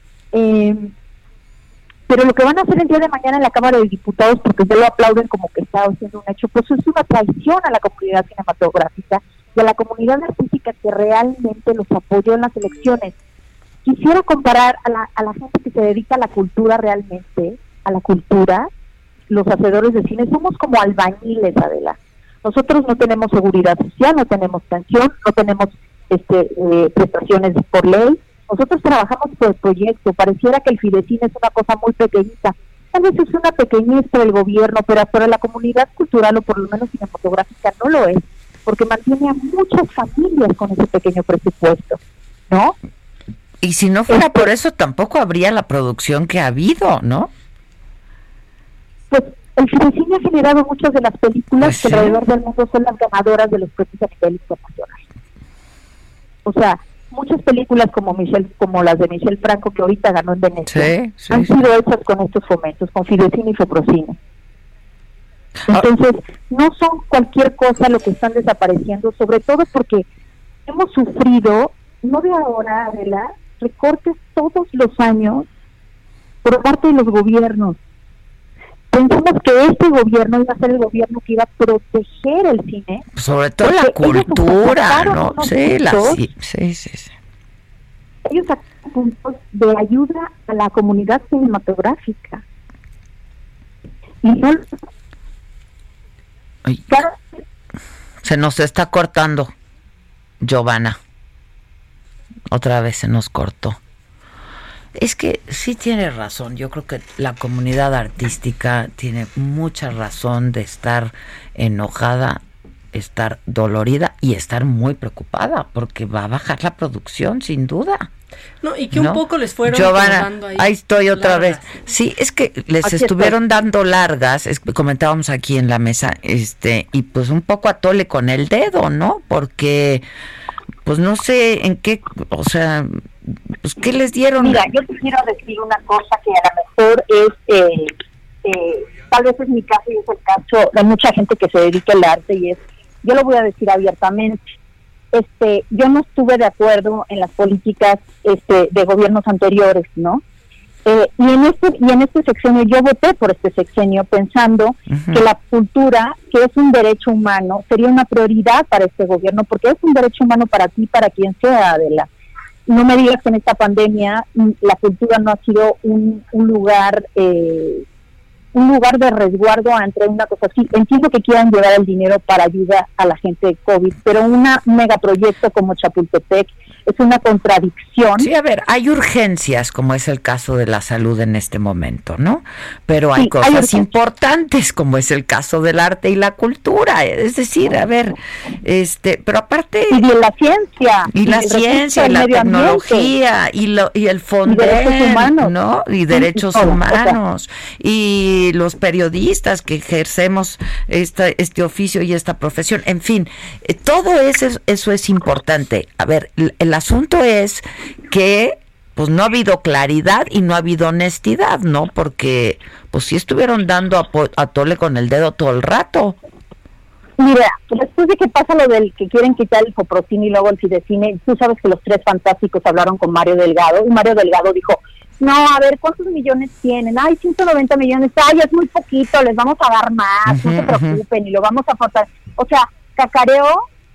Pero lo que van a hacer el día de mañana en la Cámara de Diputados, porque ya lo aplauden como que está haciendo un hecho, pues es una traición a la comunidad cinematográfica y a la comunidad artística que realmente los apoyó en las elecciones. Quisiera comparar a la gente que se dedica a la cultura realmente, a la cultura, los hacedores de cine, somos como albañiles, Adela. Nosotros no tenemos seguridad social, no tenemos pensión, no tenemos prestaciones por ley. Nosotros trabajamos por el proyecto. Pareciera que el Fidecine es una cosa muy pequeñita. Tal vez es una pequeñez para el gobierno, pero para la comunidad cultural, o por lo menos cinematográfica, no lo es, porque mantiene a muchas familias con ese pequeño presupuesto, ¿no? Y si no fuera por eso, tampoco habría la producción que ha habido, ¿no? Pues el Fidecine ha generado muchas de las películas que alrededor del mundo son las ganadoras de los premios a nivel internacional. O sea, muchas películas como las de Michel Franco, que ahorita ganó en Venecia, han sido hechas con estos fomentos, con Fidecine y Feprocine. Entonces, no son cualquier cosa lo que están desapareciendo, sobre todo porque hemos sufrido, no de ahora, Adela, recortes todos los años por parte de los gobiernos. Pensamos que este gobierno iba a ser el gobierno que iba a proteger el cine. Sobre todo la cultura, ¿no? Sí. Ellos sacaron puntos de ayuda a la comunidad cinematográfica. Y no... Se nos está cortando, Giovanna. Otra vez se nos cortó. Es que sí tiene razón. Yo creo que la comunidad artística tiene mucha razón de estar enojada, estar dolorida y estar muy preocupada, porque va a bajar la producción, sin duda. No, y que un poco les fueron dando ahí estoy otra vez. Sí, es que les estuvieron dando largas, comentábamos aquí en la mesa, y pues un poco atole con el dedo, ¿no? Porque pues no sé en qué, o sea, pues qué les dieron. Mira, yo te quiero decir una cosa que a lo mejor es, tal vez es mi caso y es el caso de mucha gente que se dedica al arte, y es, yo lo voy a decir abiertamente, yo no estuve de acuerdo en las políticas de gobiernos anteriores, ¿no? Y en este sexenio, yo voté por este sexenio pensando que la cultura, que es un derecho humano, sería una prioridad para este gobierno, porque es un derecho humano para ti, para quien sea, Adela. No me digas que en esta pandemia la cultura no ha sido un lugar de resguardo entre una cosa así. Entiendo que quieran llevar el dinero para ayuda a la gente de COVID, pero un megaproyecto como Chapultepec es una contradicción. Sí, a ver, hay urgencias, como es el caso de la salud en este momento, ¿no? Pero hay cosas importantes, como es el caso del arte y la cultura. Es decir, a ver, pero aparte... Y de la ciencia. Y la ciencia, y la tecnología, y el FONDEN, ¿no? Y derechos humanos. Y los periodistas que ejercemos este oficio y esta profesión. En fin, todo eso es importante. A ver, el asunto es que pues no ha habido claridad y no ha habido honestidad, ¿no? Porque pues sí estuvieron dando a tole con el dedo todo el rato. Mira, después de que pasa lo del que quieren quitar el Foprocine y luego el Fidecine, tú sabes que los tres fantásticos hablaron con Mario Delgado, y Mario Delgado dijo, no, a ver, ¿cuántos millones tienen? Ay, 190 millones, ay, es muy poquito, les vamos a dar más, no se preocupen, y lo vamos a aportar. O sea, cacareó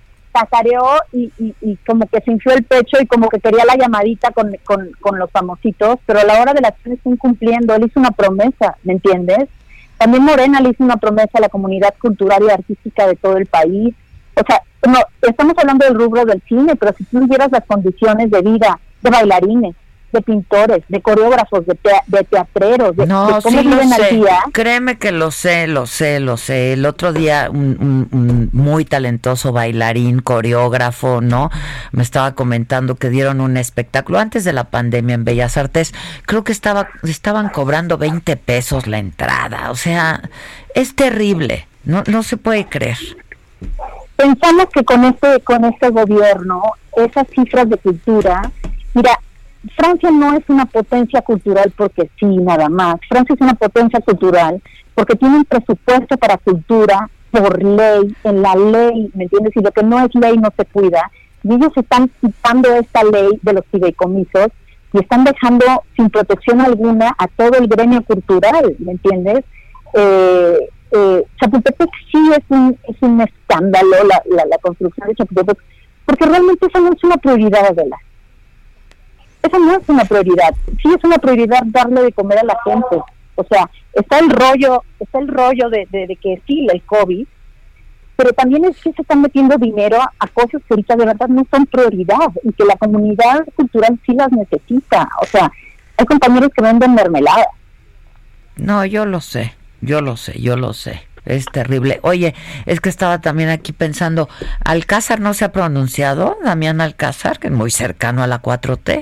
y como que se infló el pecho y como que quería la llamadita con los famositos, pero a la hora de la acción están cumpliendo. Él hizo una promesa, ¿me entiendes? También Morena le hizo una promesa a la comunidad cultural y artística de todo el país. O sea, no, estamos hablando del rubro del cine, pero si tú vieras las condiciones de vida de bailarines, de pintores, de coreógrafos, de teatreros, de cómo viven al día. Créeme que lo sé. El otro día un muy talentoso bailarín, coreógrafo, ¿no? Me estaba comentando que dieron un espectáculo antes de la pandemia en Bellas Artes. Creo que estaban cobrando 20 pesos la entrada. O sea, es terrible. No se puede creer. Pensamos que con este gobierno, esas cifras de cultura, mira, Francia no es una potencia cultural porque sí, nada más. Francia es una potencia cultural porque tiene un presupuesto para cultura por ley, en la ley, ¿me entiendes? Y lo que no es ley no se cuida. Y ellos están quitando esta ley de los fideicomisos y están dejando sin protección alguna a todo el gremio cultural, ¿me entiendes? Chapultepec sí es un escándalo, la construcción de Chapultepec, porque realmente eso no es una prioridad, Adela. Eso no es una prioridad. Sí es una prioridad darle de comer a la gente. O sea, está el rollo de que sí, el COVID, pero también es que se están metiendo dinero a cosas que ahorita de verdad no son prioridad y que la comunidad cultural sí las necesita. O sea, hay compañeros que venden mermelada. No, yo lo sé. Es terrible. Oye, es que estaba también aquí pensando, ¿Alcázar no se ha pronunciado? Damián Alcázar, que es muy cercano a la 4T.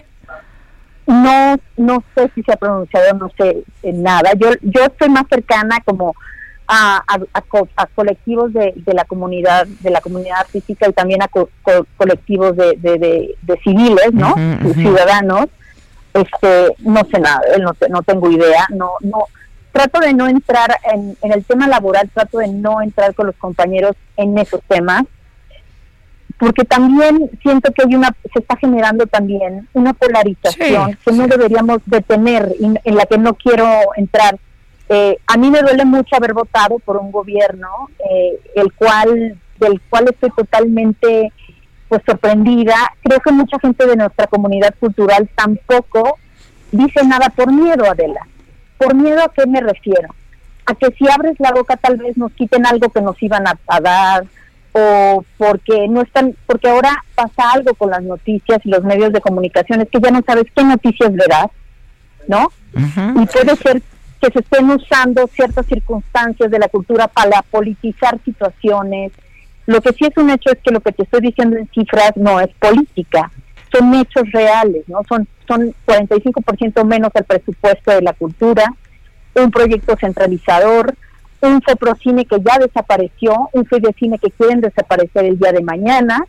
No sé si se ha pronunciado, no sé nada. Yo estoy más cercana como a colectivos de la comunidad artística y también a colectivos de civiles, ¿no? Ciudadanos. No sé nada, no tengo idea, no trato de no entrar en el tema laboral, trato de no entrar con los compañeros en esos temas, porque también siento que se está generando también una polarización que no deberíamos de tener y en la que no quiero entrar. A mí me duele mucho haber votado por un gobierno del cual estoy totalmente pues sorprendida. Creo que mucha gente de nuestra comunidad cultural tampoco dice nada por miedo, Adela. ¿Por miedo a qué me refiero? A que si abres la boca tal vez nos quiten algo que nos iban a dar, o porque ahora pasa algo con las noticias y los medios de comunicación, es que ya no sabes qué noticias verás, ¿no? Y puede ser que se estén usando ciertas circunstancias de la cultura para politizar situaciones. Lo que sí es un hecho es que lo que te estoy diciendo en cifras no es política, son hechos reales, ¿no? Son 45% menos el presupuesto de la cultura, un proyecto centralizador, un Foprocine que ya desapareció, un Fidecine que quieren desaparecer el día de mañana.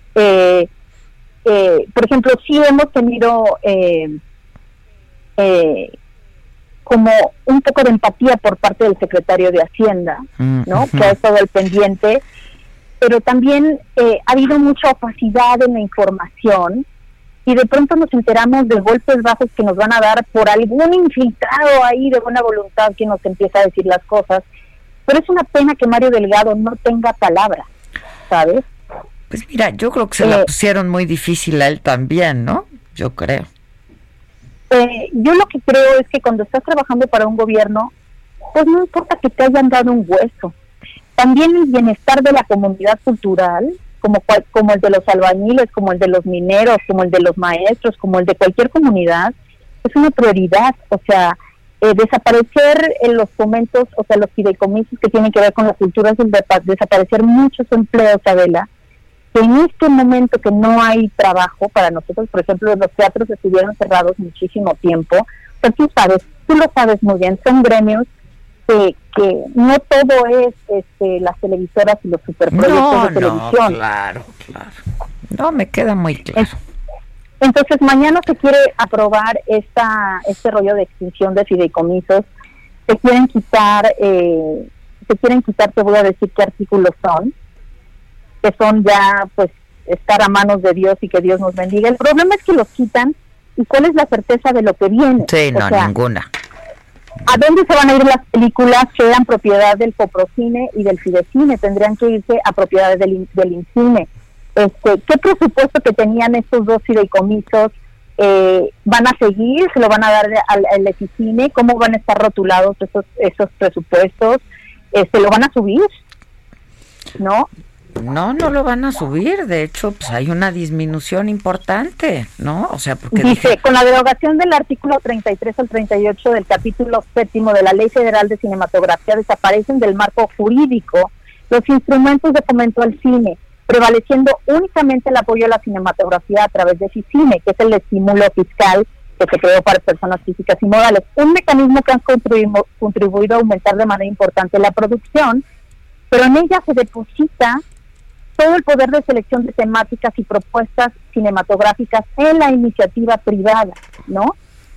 Por ejemplo, sí hemos tenido como un poco de empatía por parte del secretario de Hacienda, ¿no? Que ha estado al pendiente, pero también ha habido mucha opacidad en la información y de pronto nos enteramos de golpes bajos que nos van a dar por algún infiltrado ahí de buena voluntad que nos empieza a decir las cosas. Pero es una pena que Mario Delgado no tenga palabra, ¿sabes? Pues mira, yo creo que se la pusieron muy difícil a él también, ¿no? Yo creo. Yo lo que creo es que cuando estás trabajando para un gobierno, pues no importa que te hayan dado un hueso. También el bienestar de la comunidad cultural, como el de los albañiles, como el de los mineros, como el de los maestros, como el de cualquier comunidad, es una prioridad. O sea, desaparecer en los fomentos, o sea, los fideicomisos que tienen que ver con la cultura, es desaparecer muchos empleos, Adela, que en este momento que no hay trabajo para nosotros, por ejemplo, los teatros estuvieron cerrados muchísimo tiempo, pero tú lo sabes muy bien, son gremios que no todo es las televisoras y los superproyectos de televisión. Claro. No, me queda muy claro. Entonces, mañana se quiere aprobar este rollo de extinción de fideicomisos, se quieren quitar se quieren quitar, te voy a decir qué artículos son, que son ya, pues, estar a manos de Dios y que Dios nos bendiga. El problema es que los quitan, ¿y cuál es la certeza de lo que viene? Sí, no, ninguna. ¿A dónde se van a ir las películas que eran propiedad del Coprocine y del Fidecine? Tendrían que irse a propiedad del INCINE. ¿Qué presupuesto que tenían estos dos fideicomisos van a seguir? ¿Se lo van a dar al Eficine? ¿Cómo van a estar rotulados esos presupuestos? ¿Se lo van a subir? ¿No? No lo van a subir. De hecho, pues hay una disminución importante, ¿no? O sea, porque dice, con la derogación del artículo 33 al 38 del capítulo 7º de la Ley Federal de Cinematografía, desaparecen del marco jurídico los instrumentos de fomento al cine, prevaleciendo únicamente el apoyo a la cinematografía a través de Ficine, que es el estímulo fiscal que se creó para personas físicas y morales, un mecanismo que ha contribuido a aumentar de manera importante la producción, pero en ella se deposita todo el poder de selección de temáticas y propuestas cinematográficas en la iniciativa privada, ¿no?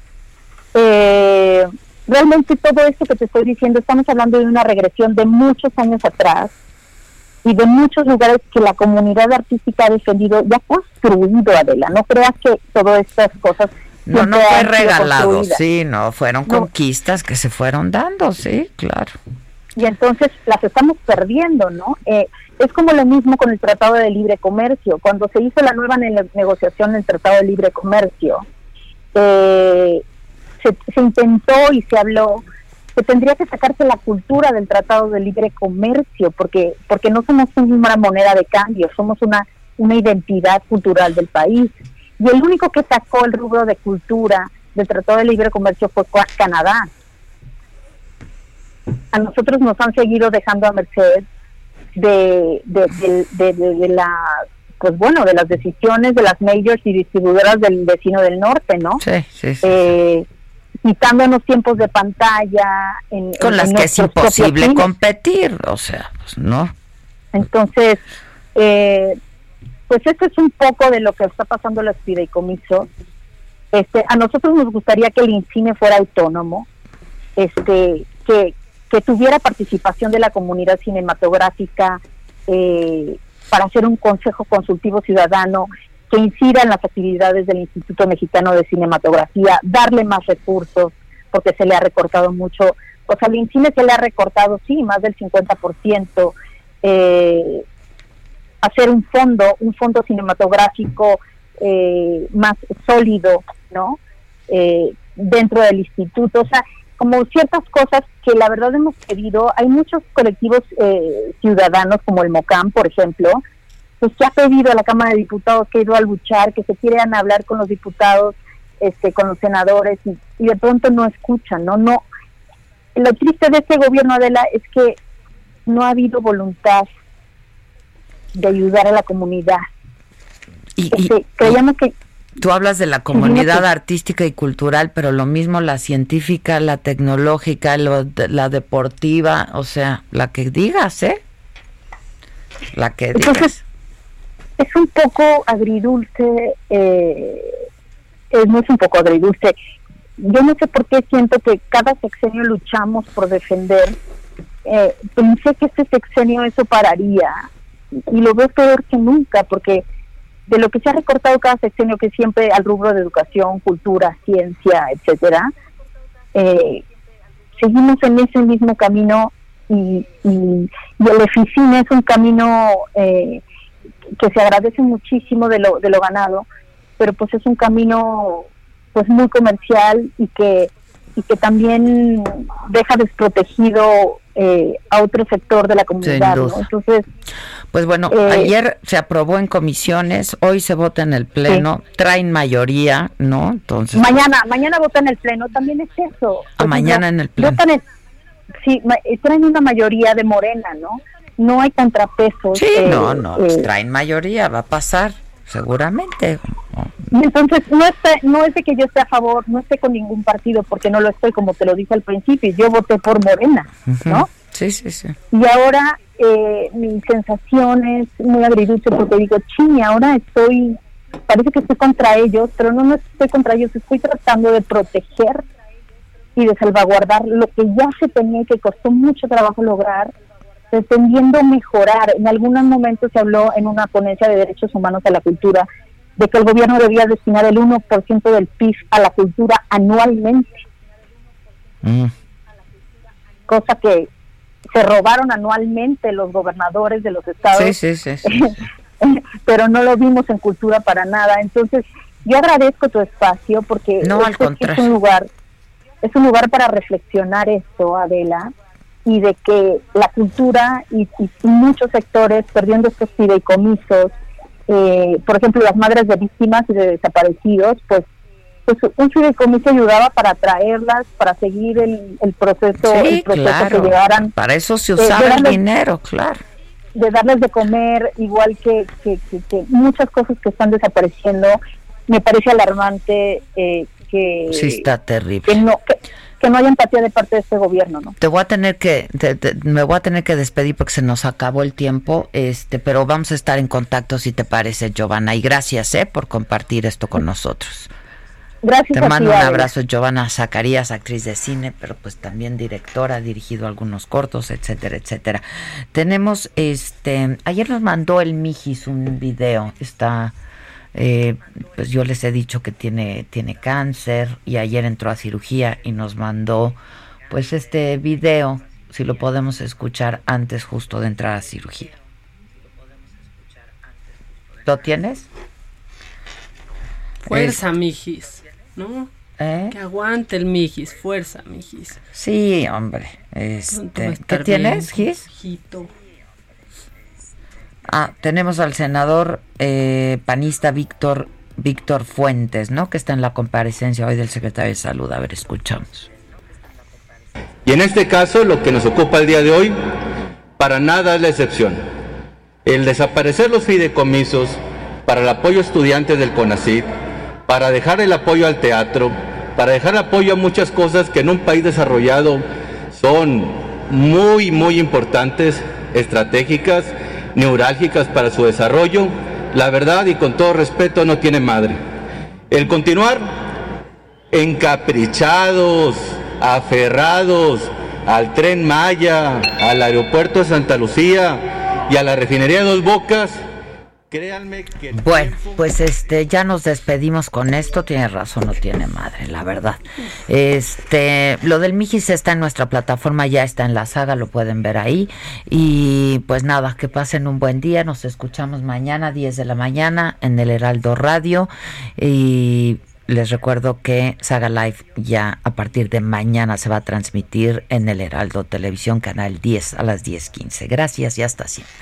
Realmente todo esto que te estoy diciendo, estamos hablando de una regresión de muchos años atrás y de muchos lugares que la comunidad artística ha defendido, ya construido, Adela. No creas que todas estas cosas... No fue regalado, sí, no, fueron conquistas que se fueron dando, sí, claro. Y entonces las estamos perdiendo, ¿no? Es como lo mismo con el Tratado de Libre Comercio. Cuando se hizo la nueva negociación del Tratado de Libre Comercio, se intentó y se habló que tendría que sacarse la cultura del Tratado de Libre Comercio, porque no somos una moneda de cambio, somos una identidad cultural del país. Y el único que sacó el rubro de cultura del Tratado de Libre Comercio fue Canadá. A nosotros nos han seguido dejando a merced de las decisiones de las majors y distribuidoras del vecino del norte, ¿no? Sí. Quitándonos tiempos de pantalla con las que es imposible competir, o sea, pues no. Entonces, pues esto es un poco de lo que está pasando en los fideicomisos. A nosotros nos gustaría que el INCINE fuera autónomo, que tuviera participación de la comunidad cinematográfica para hacer un consejo consultivo ciudadano que incida en las actividades del Instituto Mexicano de Cinematografía, darle más recursos, porque se le ha recortado mucho. O sea, al INCINE se le ha recortado, sí, más del 50%, hacer un fondo cinematográfico más sólido, ¿no? Dentro del instituto, o sea, como ciertas cosas que la verdad hemos pedido. Hay muchos colectivos ciudadanos, como el MOCAM, por ejemplo, pues que ha pedido a la Cámara de Diputados, que ha ido a luchar, que se quieren hablar con los diputados, con los senadores, y de pronto no escuchan, ¿no? Lo triste de este gobierno, Adela, es que no ha habido voluntad de ayudar a la comunidad. Creíamos que... Tú hablas de la comunidad artística y cultural, pero lo mismo la científica, la tecnológica, la deportiva, o sea, la que digas, la que digas. Entonces, es un poco agridulce, no es un poco agridulce. Yo no sé por qué siento que cada sexenio luchamos por defender. Pensé que este sexenio eso pararía, y lo veo peor que nunca, porque de lo que se ha recortado cada sexenio, que siempre al rubro de educación, cultura, ciencia, etcétera, seguimos en ese mismo camino, y el Eficine es un camino que se agradece muchísimo de lo ganado, pero pues es un camino pues muy comercial y que también deja desprotegido a otro sector de la comunidad, ¿no? Entonces, pues bueno, ayer se aprobó en comisiones, hoy se vota en el pleno, traen mayoría, ¿no? Entonces mañana vota en el pleno, también es eso. Mañana en el pleno. Traen una mayoría de Morena, ¿no? No hay contrapesos. Sí, traen mayoría, va a pasar, seguramente. Entonces, no es de que yo esté a favor, no esté con ningún partido, porque no lo estoy, como te lo dije al principio, yo voté por Morena, ¿no? Sí. Y ahora mi sensación es muy agridulce, porque digo, ahora parece que estoy contra ellos, pero no estoy contra ellos, estoy tratando de proteger y de salvaguardar lo que ya se tenía y que costó mucho trabajo lograr, pretendiendo mejorar. En algunos momentos se habló en una ponencia de derechos humanos a la cultura de que el gobierno debía destinar el 1% del PIB a la cultura anualmente. Cosa que se robaron anualmente los gobernadores de los estados. Sí. Pero no lo vimos en cultura para nada. Entonces, yo agradezco tu espacio porque es un lugar para reflexionar esto, Adela, y de que la cultura y muchos sectores perdiendo estos fideicomisos, por ejemplo, las madres de víctimas y de desaparecidos, pues un fideicomiso ayudaba para traerlas, para seguir el proceso, claro, que llevaran. Para eso se usaba el dinero, claro. De darles de comer, igual que muchas cosas que están desapareciendo. Me parece alarmante que... Sí, está terrible. Que no haya empatía de parte de este gobierno, ¿no? Me voy a tener que despedir porque se nos acabó el tiempo, pero vamos a estar en contacto si te parece, Giovanna, y gracias por compartir esto con nosotros. Gracias. Te mando un abrazo, Giovanna Zacarías, actriz de cine, pero pues también directora, ha dirigido algunos cortos, etcétera, etcétera. Tenemos, ayer nos mandó el Mijis un video, pues yo les he dicho que tiene cáncer y ayer entró a cirugía y nos mandó pues este video, si lo podemos escuchar antes justo de entrar a cirugía. ¿Lo tienes? Fuerza, Mijis, ¿no? Que aguante el Mijis, fuerza, Mijis. Sí, hombre. ¿Qué tienes, Gis? Tenemos al senador panista Víctor Fuentes, ¿no? Que está en la comparecencia hoy del secretario de Salud. A ver, escuchamos. Y en este caso, lo que nos ocupa el día de hoy, para nada es la excepción. El desaparecer los fideicomisos para el apoyo a estudiantes del CONACYT, para dejar el apoyo al teatro, para dejar apoyo a muchas cosas que en un país desarrollado son muy, muy importantes, estratégicas, neurálgicas para su desarrollo, la verdad y con todo respeto no tiene madre. El continuar encaprichados, aferrados al Tren Maya, al aeropuerto de Santa Lucía y a la refinería de Dos Bocas, créanme que... Bueno, pues ya nos despedimos con esto. Tiene razón, no tiene madre, la verdad. Lo del Mijis está en nuestra plataforma, ya está en la saga, lo pueden ver ahí. Y pues nada, que pasen un buen día. Nos escuchamos mañana, 10 de la mañana, en el Heraldo Radio. Y les recuerdo que Saga Live ya a partir de mañana se va a transmitir en el Heraldo Televisión, canal 10 a las 10:15. Gracias y hasta siempre.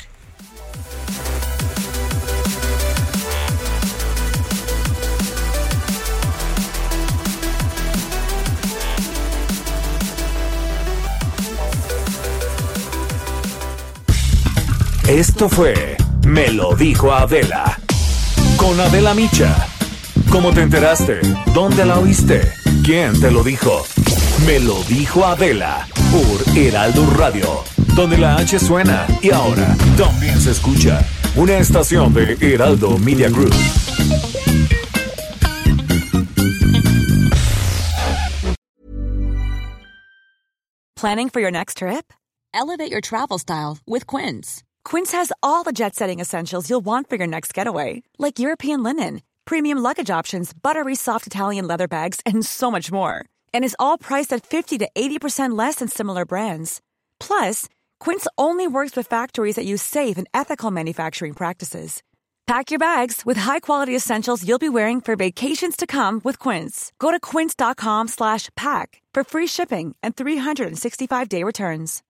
Esto fue Me lo dijo Adela, con Adela Micha. ¿Cómo te enteraste? ¿Dónde la oíste? ¿Quién te lo dijo? Me lo dijo Adela, por Heraldo Radio, donde la H suena y ahora también se escucha. Una estación de Heraldo Media Group. Planning for your next trip? Elevate your travel style with Quince. Quince has all the jet-setting essentials you'll want for your next getaway, like European linen, premium luggage options, buttery soft Italian leather bags, and so much more. And is all priced at 50 to 80% less than similar brands. Plus, Quince only works with factories that use safe and ethical manufacturing practices. Pack your bags with high-quality essentials you'll be wearing for vacations to come with Quince. Go to quince.com/pack for free shipping and 365-day returns.